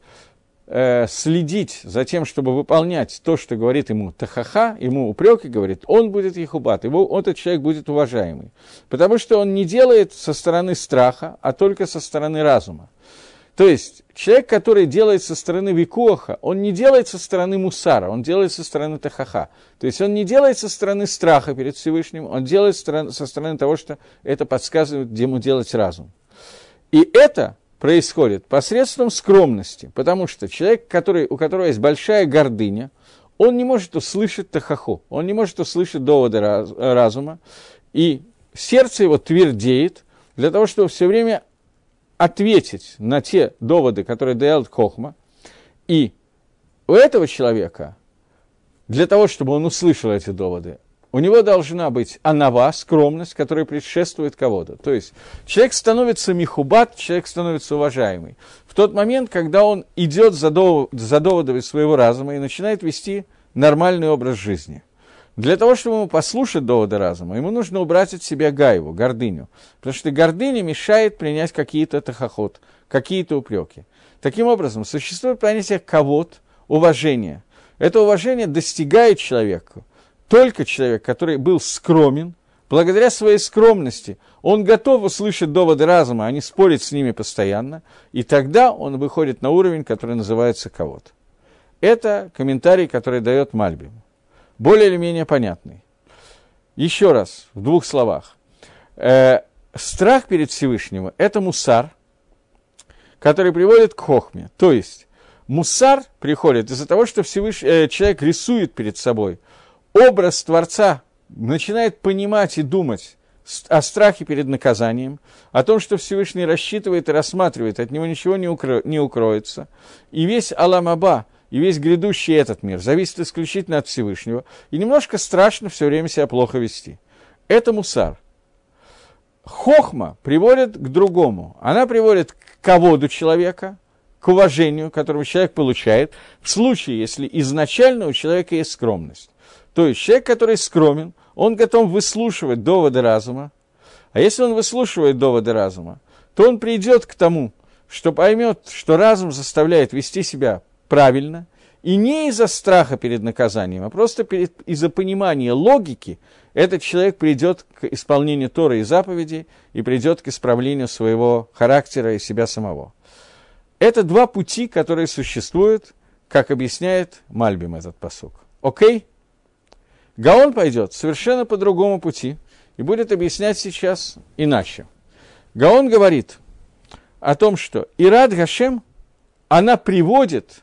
э, следить за тем, чтобы выполнять то, что говорит ему тахаха, ему упреки говорит, он будет ехубат, его, этот человек будет уважаемый. Потому что он не делает со стороны страха, а только со стороны разума. То есть человек, который делает со стороны викуаха, он не делает со стороны мусара, он делает со стороны тахаха. То есть он не делает со стороны страха перед Всевышним, он делает со стороны того, что это подсказывает, где ему делать разум. И это происходит посредством скромности, потому что человек, который, у которого есть большая гордыня, он не может услышать тахаху, он не может услышать доводы разума, и сердце его твердеет для того, чтобы все время ответить на те доводы, которые дает хохма, и у этого человека, для того, чтобы он услышал эти доводы, у него должна быть анава, скромность, которая предшествует кого-то. То есть человек становится михубат, человек становится уважаемый. В тот момент, когда он идет за, дов... за доводами своего разума и начинает вести нормальный образ жизни. Для того, чтобы ему послушать доводы разума, ему нужно убрать от себя гайву, гордыню. Потому что гордыня мешает принять какие-то тахахот, какие-то упреки. Таким образом, существует понятие кавод, уважение. Это уважение достигает человека. Только человек, который был скромен, благодаря своей скромности, он готов услышать доводы разума, а не спорить с ними постоянно, и тогда он выходит на уровень, который называется кавод. Это комментарий, который дает Мальбим. Более или менее понятный. Еще раз, в двух словах. Э, страх перед Всевышним – это мусар, который приводит к хохме. То есть, мусар приходит из-за того, что Всевыш... э, человек рисует перед собой образ Творца, начинает понимать и думать о страхе перед наказанием, о том, что Всевышний рассчитывает и рассматривает, от него ничего не, укро... не укроется. И весь Алам Аба, и весь грядущий этот мир зависит исключительно от Всевышнего, и немножко страшно все время себя плохо вести. Это мусар. Хохма приводит к другому. Она приводит к каводу человека, к уважению, которого человек получает, в случае, если изначально у человека есть скромность. То есть человек, который скромен, он готов выслушивать доводы разума, а если он выслушивает доводы разума, то он придет к тому, что поймет, что разум заставляет вести себя правильно, и не из-за страха перед наказанием, а просто перед, из-за понимания логики, этот человек придет к исполнению Торы и заповедей и придет к исправлению своего характера и себя самого. Это два пути, которые существуют, как объясняет Мальбим этот пасук. Окей? Гаон пойдет совершенно по другому пути и будет объяснять сейчас иначе. Гаон говорит о том, что Ират Гашем, она приводит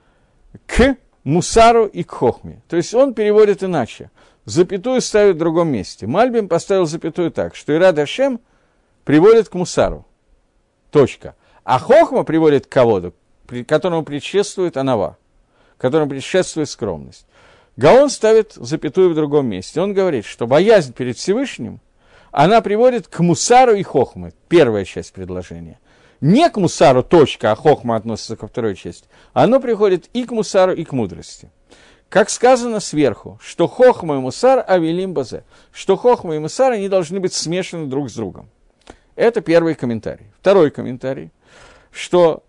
к мусару и к хохме. То есть он переводит иначе. Запятую ставит в другом месте. Мальбим поставил запятую так, что Ират Гашем приводит к мусару. Точка. А хохма приводит к каводу, которому предшествует анава, которому предшествует скромность. Гаон ставит запятую в другом месте. Он говорит, что боязнь перед Всевышним, она приводит к мусару и хохме. Первая часть предложения. Не к мусару, точка, а хохма относится ко второй части. Оно приходит и к мусару, и к мудрости. Как сказано сверху, что хохма и мусар авелим базе, что хохма и мусар, они должны быть смешаны друг с другом. Это первый комментарий. Второй комментарий, что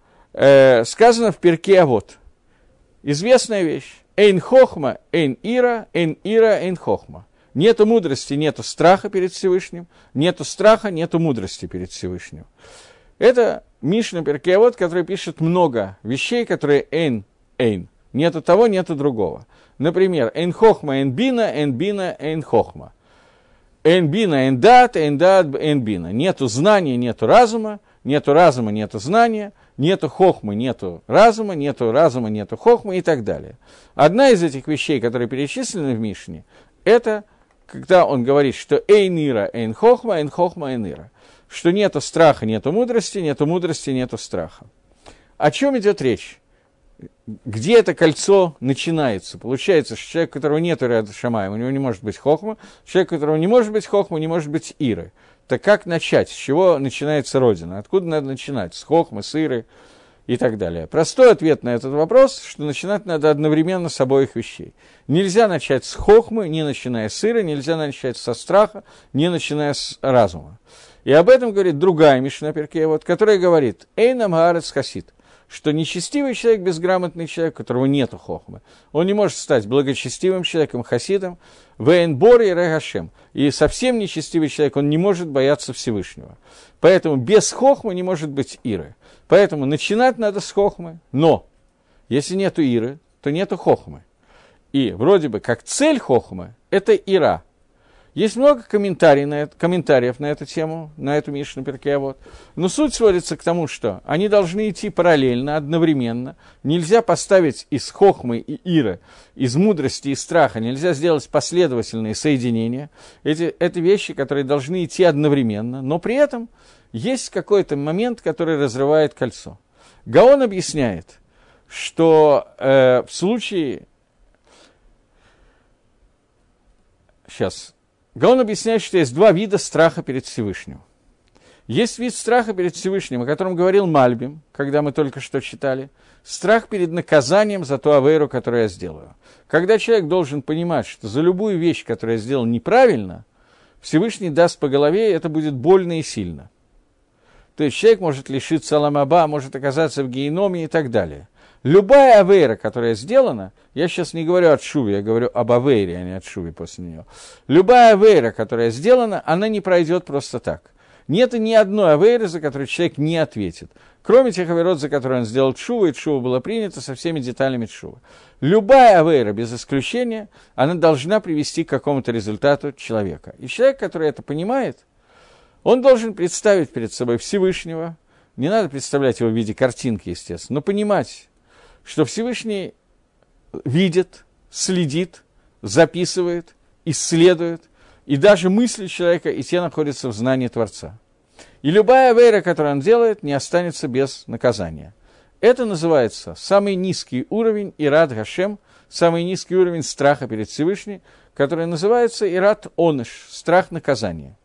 э, сказано в перке Авот. Известная вещь. Эйн хохма, эйн ира, эйн ира, эйн хохма. Нету мудрости, нету страха перед Всевышним, нету страха, нету мудрости перед Всевышним. Это Мишна перке Авот, который пишет много вещей, которые эйн, эйн. Нету того, нету другого. Например, эйн хохма, эйн бина, эйн бина, эйн хохма. Эйн бина, эйн дат, эйн дат, эйн бина. Нету знания, нету разума, нету разума, нету знания, нету хохмы, нету разума, нету разума, нету хохмы и так далее. Одна из этих вещей, которые перечислены в Мишне, это когда он говорит, что эйн ира, эйн хохма, эйн хохма, эйн ира. Что нету страха, нету мудрости, нету мудрости, нету страха. О чем идет речь? Где это кольцо начинается? Получается, что человек, у которого нет Ират Шамаим, у него не может быть хохма, человек, у которого не может быть хохма, не может быть иры. Так как начать? С чего начинается Родина? Откуда надо начинать? С хохмы, с иры и так далее. Простой ответ на этот вопрос, что начинать надо одновременно с обоих вещей. Нельзя начать с хохмы, не начиная с иры, нельзя начать со страха, не начиная с разума. И об этом говорит другая Мишна перке Авот, которая говорит «Эйнам гаарец хасид», что нечестивый человек, безграмотный человек, у которого нету хохмы, он не может стать благочестивым человеком, хасидом, вэйн бор и регашем. И совсем нечестивый человек, он не может бояться Всевышнего. Поэтому без хохмы не может быть иры. Поэтому начинать надо с хохмы, но если нету иры, то нету хохмы. И вроде бы как цель хохмы – это ира. Есть много комментариев на, это, комментариев на эту тему, на эту Мишну перке Авот. Но суть сводится к тому, что они должны идти параллельно, одновременно. Нельзя поставить из хохмы и иры, из мудрости и страха, нельзя сделать последовательные соединения. Эти, это вещи, которые должны идти одновременно, но при этом есть какой-то момент, который разрывает кольцо. Гаон объясняет, что э, в случае... Сейчас... Гаон объясняет, что есть два вида страха перед Всевышним. Есть вид страха перед Всевышним, о котором говорил Мальбим, когда мы только что читали. Страх перед наказанием за ту авейру, которую я сделаю. Когда человек должен понимать, что за любую вещь, которую я сделал неправильно, Всевышний даст по голове, и это будет больно и сильно. То есть человек может лишиться аламаба, может оказаться в гееноме и так далее. Любая авейра, которая сделана, я сейчас не говорю о шуве, я говорю об авейре, а не о шуве после нее. Любая авейра, которая сделана, она не пройдет просто так. Нет ни одной авейры, за которую человек не ответит. Кроме тех авейрот, за которые он сделал шуву, и шува была принята со всеми деталями шувы. Любая авейра, без исключения, она должна привести к какому-то результату человека. И человек, который это понимает, он должен представить перед собой Всевышнего, не надо представлять его в виде картинки, естественно, но понимать, что Всевышний видит, следит, записывает, исследует, и даже мысли человека, и те находятся в знании Творца. И любая авейра, которую он делает, не останется без наказания. Это называется самый низкий уровень Ират Гашем, самый низкий уровень страха перед Всевышним, который называется Ират Оныш, страх наказания.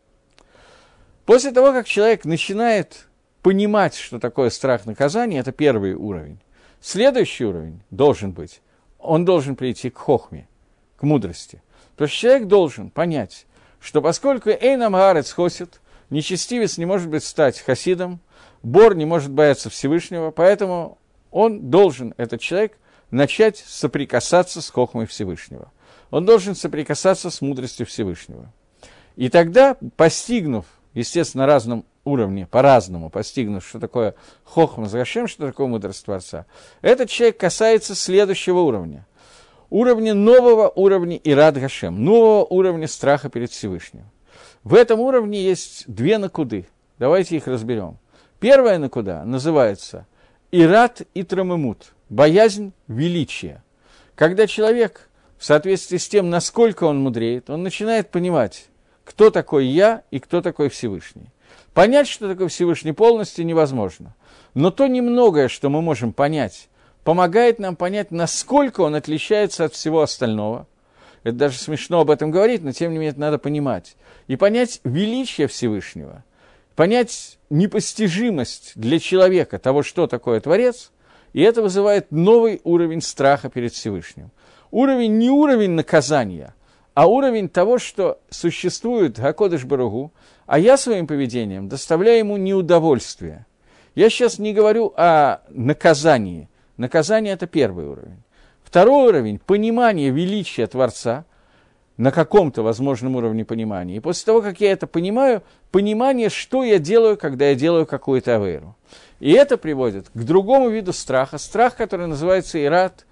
После того, как человек начинает понимать, что такое страх наказания, это первый уровень. Следующий уровень должен быть, он должен прийти к хохме, к мудрости. То есть человек должен понять, что поскольку Эйнам Гаарец хосит, нечестивец не может быть стать хасидом, бор не может бояться Всевышнего, поэтому он должен, этот человек, начать соприкасаться с хохмой Всевышнего. Он должен соприкасаться с мудростью Всевышнего. И тогда, постигнув, естественно, на разном уровне, по-разному постигнув, что такое хохма с Гашем, что такое мудрость Творца, этот человек касается следующего уровня. уровня нового уровня Ират Гашем, нового уровня страха перед Всевышним. В этом уровне есть две накуды. Давайте их разберем. Первая накуда называется Ират и Трамемут, боязнь величия. Когда человек, в соответствии с тем, насколько он мудреет, он начинает понимать, кто такой я и кто такой Всевышний. Понять, что такое Всевышний, полностью невозможно. Но то немногое, что мы можем понять, помогает нам понять, насколько он отличается от всего остального. Это даже смешно об этом говорить, но тем не менее это надо понимать. И понять величие Всевышнего, понять непостижимость для человека того, что такое Творец, и это вызывает новый уровень страха перед Всевышним. Уровень не уровень наказания, а уровень того, что существует Гакодеш Баругу, а я своим поведением доставляю ему неудовольствие. Я сейчас не говорю о наказании. Наказание – это первый уровень. Второй уровень – понимание величия Творца на каком-то возможном уровне понимания. И после того, как я это понимаю, понимание, что я делаю, когда я делаю какую-то авейру. И это приводит к другому виду страха, страх, который называется Ират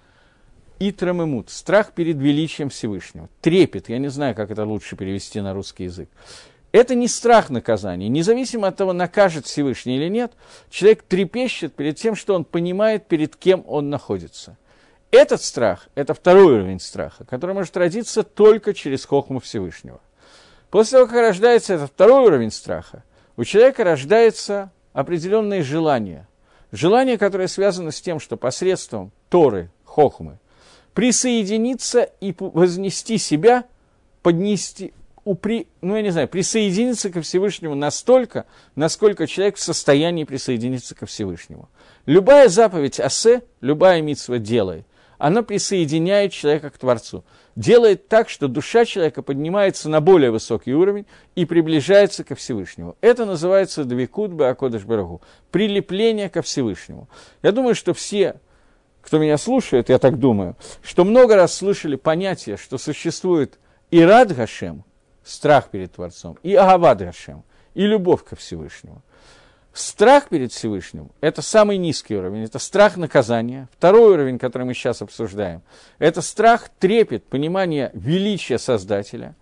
и Трамемут, страх перед величием Всевышнего. Трепет, я не знаю, как это лучше перевести на русский язык. Это не страх наказания. Независимо от того, накажет Всевышний или нет, человек трепещет перед тем, что он понимает, перед кем он находится. Этот страх – это второй уровень страха, который может родиться только через хохму Всевышнего. После того, как рождается этот второй уровень страха, у человека рождается определенные желания. Желания, которые связаны с тем, что посредством Торы, хохмы, присоединиться и вознести себя, поднести, упри, ну, я не знаю, присоединиться ко Всевышнему настолько, насколько человек в состоянии присоединиться ко Всевышнему. Любая заповедь асе, любая мицва делай, она присоединяет человека к Творцу. Делает так, что душа человека поднимается на более высокий уровень и приближается ко Всевышнему. Это называется двикут беакодеш баруху, прилепление ко Всевышнему. Я думаю, что все, кто меня слушает, я так думаю, что много раз слышали понятие, что существует ират Гашем, страх перед Творцом, и агават Гашем, и любовь ко Всевышнему. Страх перед Всевышним – это самый низкий уровень, это страх наказания. Второй уровень, который мы сейчас обсуждаем, это страх, трепет, понимание величия Создателя.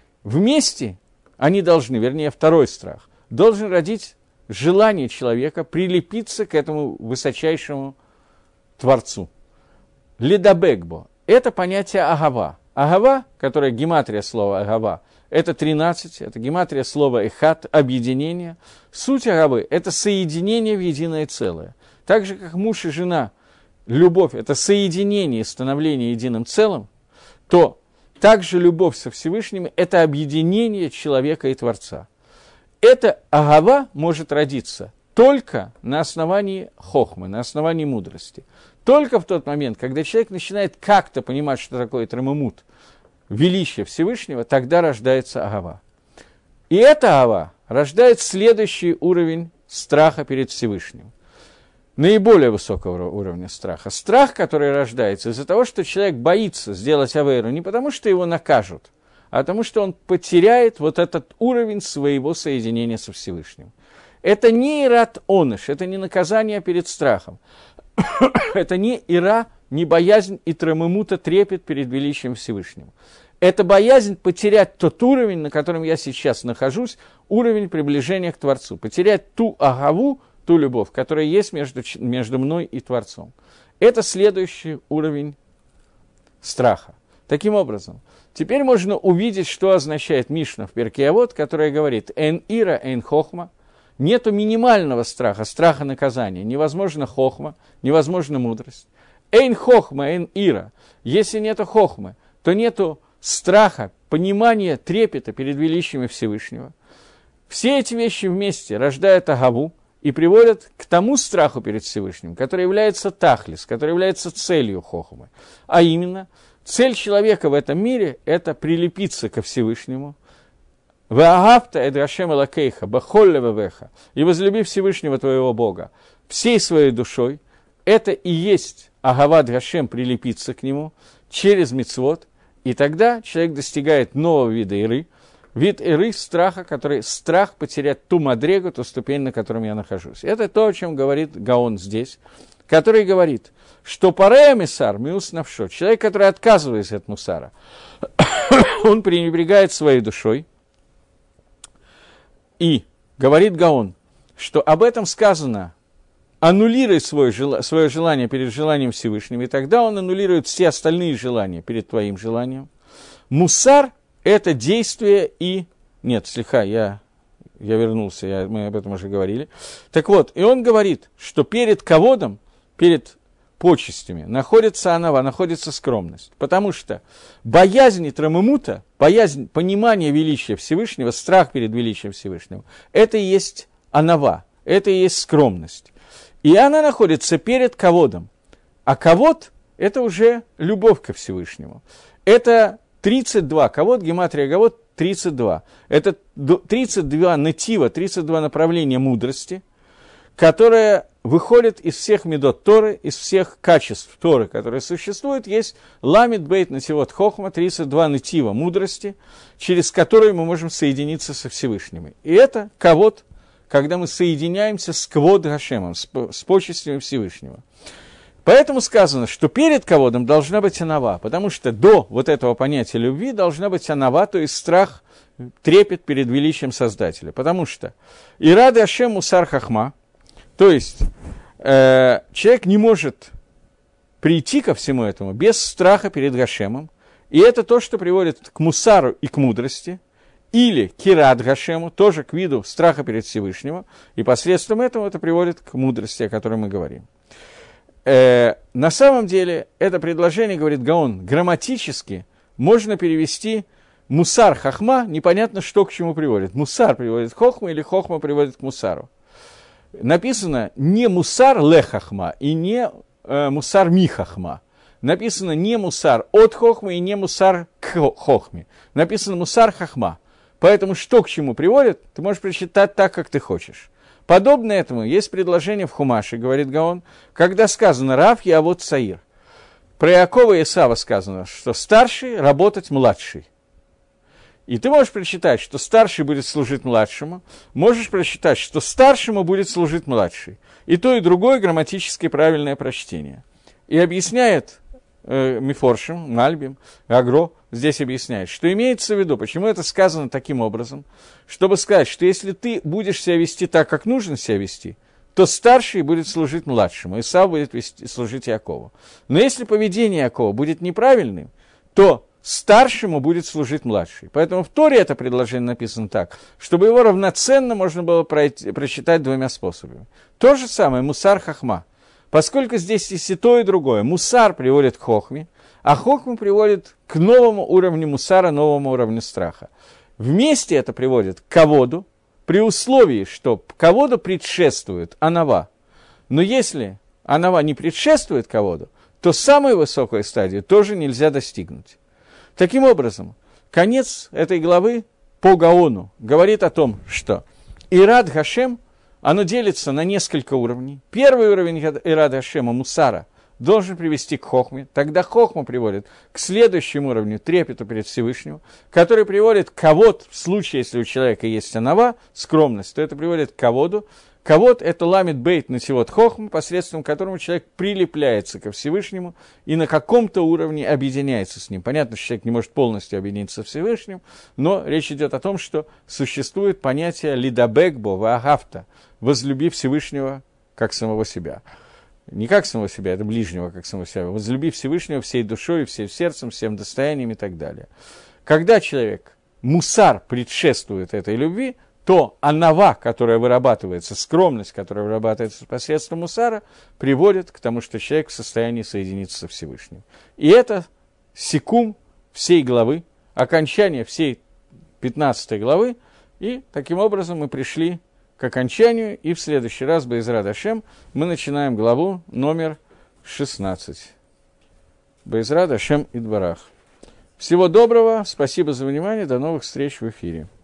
Вместе они должны, вернее, второй страх, должен родить желание человека прилепиться к этому высочайшему Творцу. Ледабекбо – это понятие агава. Агава, которое гематрия слова агава, это тринадцать, это гематрия слова эхат, объединение. Суть агавы – это соединение в единое целое. Так же, как муж и жена, любовь – это соединение и становление единым целым, то также любовь со Всевышним – это объединение человека и Творца. Эта агава может родиться только на основании хохмы, на основании мудрости. Только в тот момент, когда человек начинает как-то понимать, что такое трамемут, величие Всевышнего, тогда рождается агава. И эта агава рождает следующий уровень страха перед Всевышним. Наиболее высокого уровня страха. Страх, который рождается из-за того, что человек боится сделать авейру не потому, что его накажут, а потому, что он потеряет вот этот уровень своего соединения со Всевышним. Это не ират оныш, это не наказание перед страхом. Это не ира, не боязнь и трамемута, трепет перед величием Всевышнего. Это боязнь потерять тот уровень, на котором я сейчас нахожусь, уровень приближения к Творцу. Потерять ту агаву, ту любовь, которая есть между, между мной и Творцом. Это следующий уровень страха. Таким образом, теперь можно увидеть, что означает Мишна в Перкей Авот, которая говорит «эн ира, эн хохма». Нету минимального страха, страха наказания. Невозможно хохма, невозможно мудрость. Эйн хохма, эйн ира. Если нету хохмы, то нету страха, понимания, трепета перед величием Всевышнего. Все эти вещи вместе рождают агаву и приводят к тому страху перед Всевышним, который является тахлис, который является целью хохмы. А именно, цель человека в этом мире – это прилепиться ко Всевышнему, и возлюби Всевышнего твоего Бога всей своей душой. Это и есть агават Гашем, прилепиться к нему через мицвот. И тогда человек достигает нового вида иры. Вид иры – страха, который страх потерять ту мадрегу, ту ступень, на котором я нахожусь. Это то, о чем говорит Гаон здесь. который говорит, что парея мусар миус навшо, человек, который отказывается от мусара, он пренебрегает своей душой, и говорит Гаон, что об этом сказано, аннулируй свое, свое желание перед желанием Всевышнего, и тогда он аннулирует все остальные желания перед твоим желанием. Мусар – это действие и... Нет, слегка, я, я вернулся, я, мы об этом уже говорили. Так вот, и он говорит, что перед ководом, перед почестями находится анава, находится скромность. Потому что боязнь трамымута, боязнь понимания величия Всевышнего, страх перед величием Всевышнего, это и есть анава, это и есть скромность. И она находится перед ководом. А ковод – это уже любовь ко Всевышнему. Это тридцать два, ковод, гематрия ковод – тридцать два. Это тридцать два натива, тридцать два направления мудрости, которые выходят из всех медот Торы, из всех качеств Торы, которые существуют. Есть ламит бейт нативот хохма, тридцать два натива мудрости, через которые мы можем соединиться со Всевышним. И это ковод, когда мы соединяемся с квод Гашемом, с, с почестями Всевышнего. Поэтому сказано, что перед ководом должна быть анава, потому что до вот этого понятия любви должна быть анава, то есть страх, трепет перед величием Создателя. Потому что ирады Ашем мусар хахма, то есть э, человек не может прийти ко всему этому без страха перед Гашемом, и это то, что приводит к мусару и к мудрости, или кират Гашему, тоже к виду страха перед Всевышним, и посредством этого это приводит к мудрости, о которой мы говорим. Э, на самом деле, это предложение, говорит Гаон, грамматически можно перевести мусар хахма, непонятно, что к чему приводит. Мусар приводит к хохму или хохма приводит к мусару. Написано не мусар ле хахма и не э, мусар ми хахма. Написано не мусар от хохмы и не мусар к хохме. Написано мусар хахма. Поэтому что к чему приводит, ты можешь прочитать так, как ты хочешь. Подобно этому есть предложение в Хумаше, говорит Гаон, когда сказано «Рав Явот Саир». Про Иакова и Исава сказано, что старший работать младший. И ты можешь прочитать, что старший будет служить младшему, можешь прочитать, что старшему будет служить младший. И то, и другое грамматически правильное прочтение. И объясняет э, Мифоршим, Мальбим, Агро, здесь объясняет, что имеется в виду, почему это сказано таким образом, чтобы сказать, что если ты будешь себя вести так, как нужно себя вести, то старший будет служить младшему, Исав будет вести, служить Якову. Но если поведение Якова будет неправильным, то старшему будет служить младший. Поэтому в Торе это предложение написано так, чтобы его равноценно можно было пройти, прочитать двумя способами. То же самое мусар хахма. Поскольку здесь есть и то, и другое. Мусар приводит к хохме, а хохма приводит к новому уровню мусара, новому уровню страха. Вместе это приводит к ководу, при условии, что ководу предшествует анава. Но если анава не предшествует ководу, то самую высокую стадию тоже нельзя достигнуть. Таким образом, конец этой главы по Гаону говорит о том, что Ирад Гашем, оно делится на несколько уровней. Первый уровень Ирад Гашема, мусара, должен привести к хохме. Тогда хохма приводит к следующему уровню, трепету перед Всевышним, который приводит к ковод, в случае, если у человека есть анава, скромность, то это приводит к ководу. Ковод – это ламит бейт нативот хохма, посредством которого человек прилепляется ко Всевышнему и на каком-то уровне объединяется с ним. Понятно, что человек не может полностью объединиться с Всевышним, но речь идет о том, что существует понятие лидабекбо ваагавта, возлюби Всевышнего как самого себя. Не как самого себя, это ближнего как самого себя. Возлюби Всевышнего всей душой, всем сердцем, всем достоянием и так далее. Когда человек, мусар, предшествует этой любви, то анава, которая вырабатывается, скромность, которая вырабатывается посредством мусара, приводит к тому, что человек в состоянии соединиться со Всевышним. И это секум всей главы, окончание всей пятнадцатой главы, и таким образом мы пришли к окончанию, и в следующий раз, Бе'эзрат Ашем, мы начинаем главу номер шестнадцать. Бе'эзрат Ашем Идбарах. Всего доброго, спасибо за внимание, до новых встреч в эфире.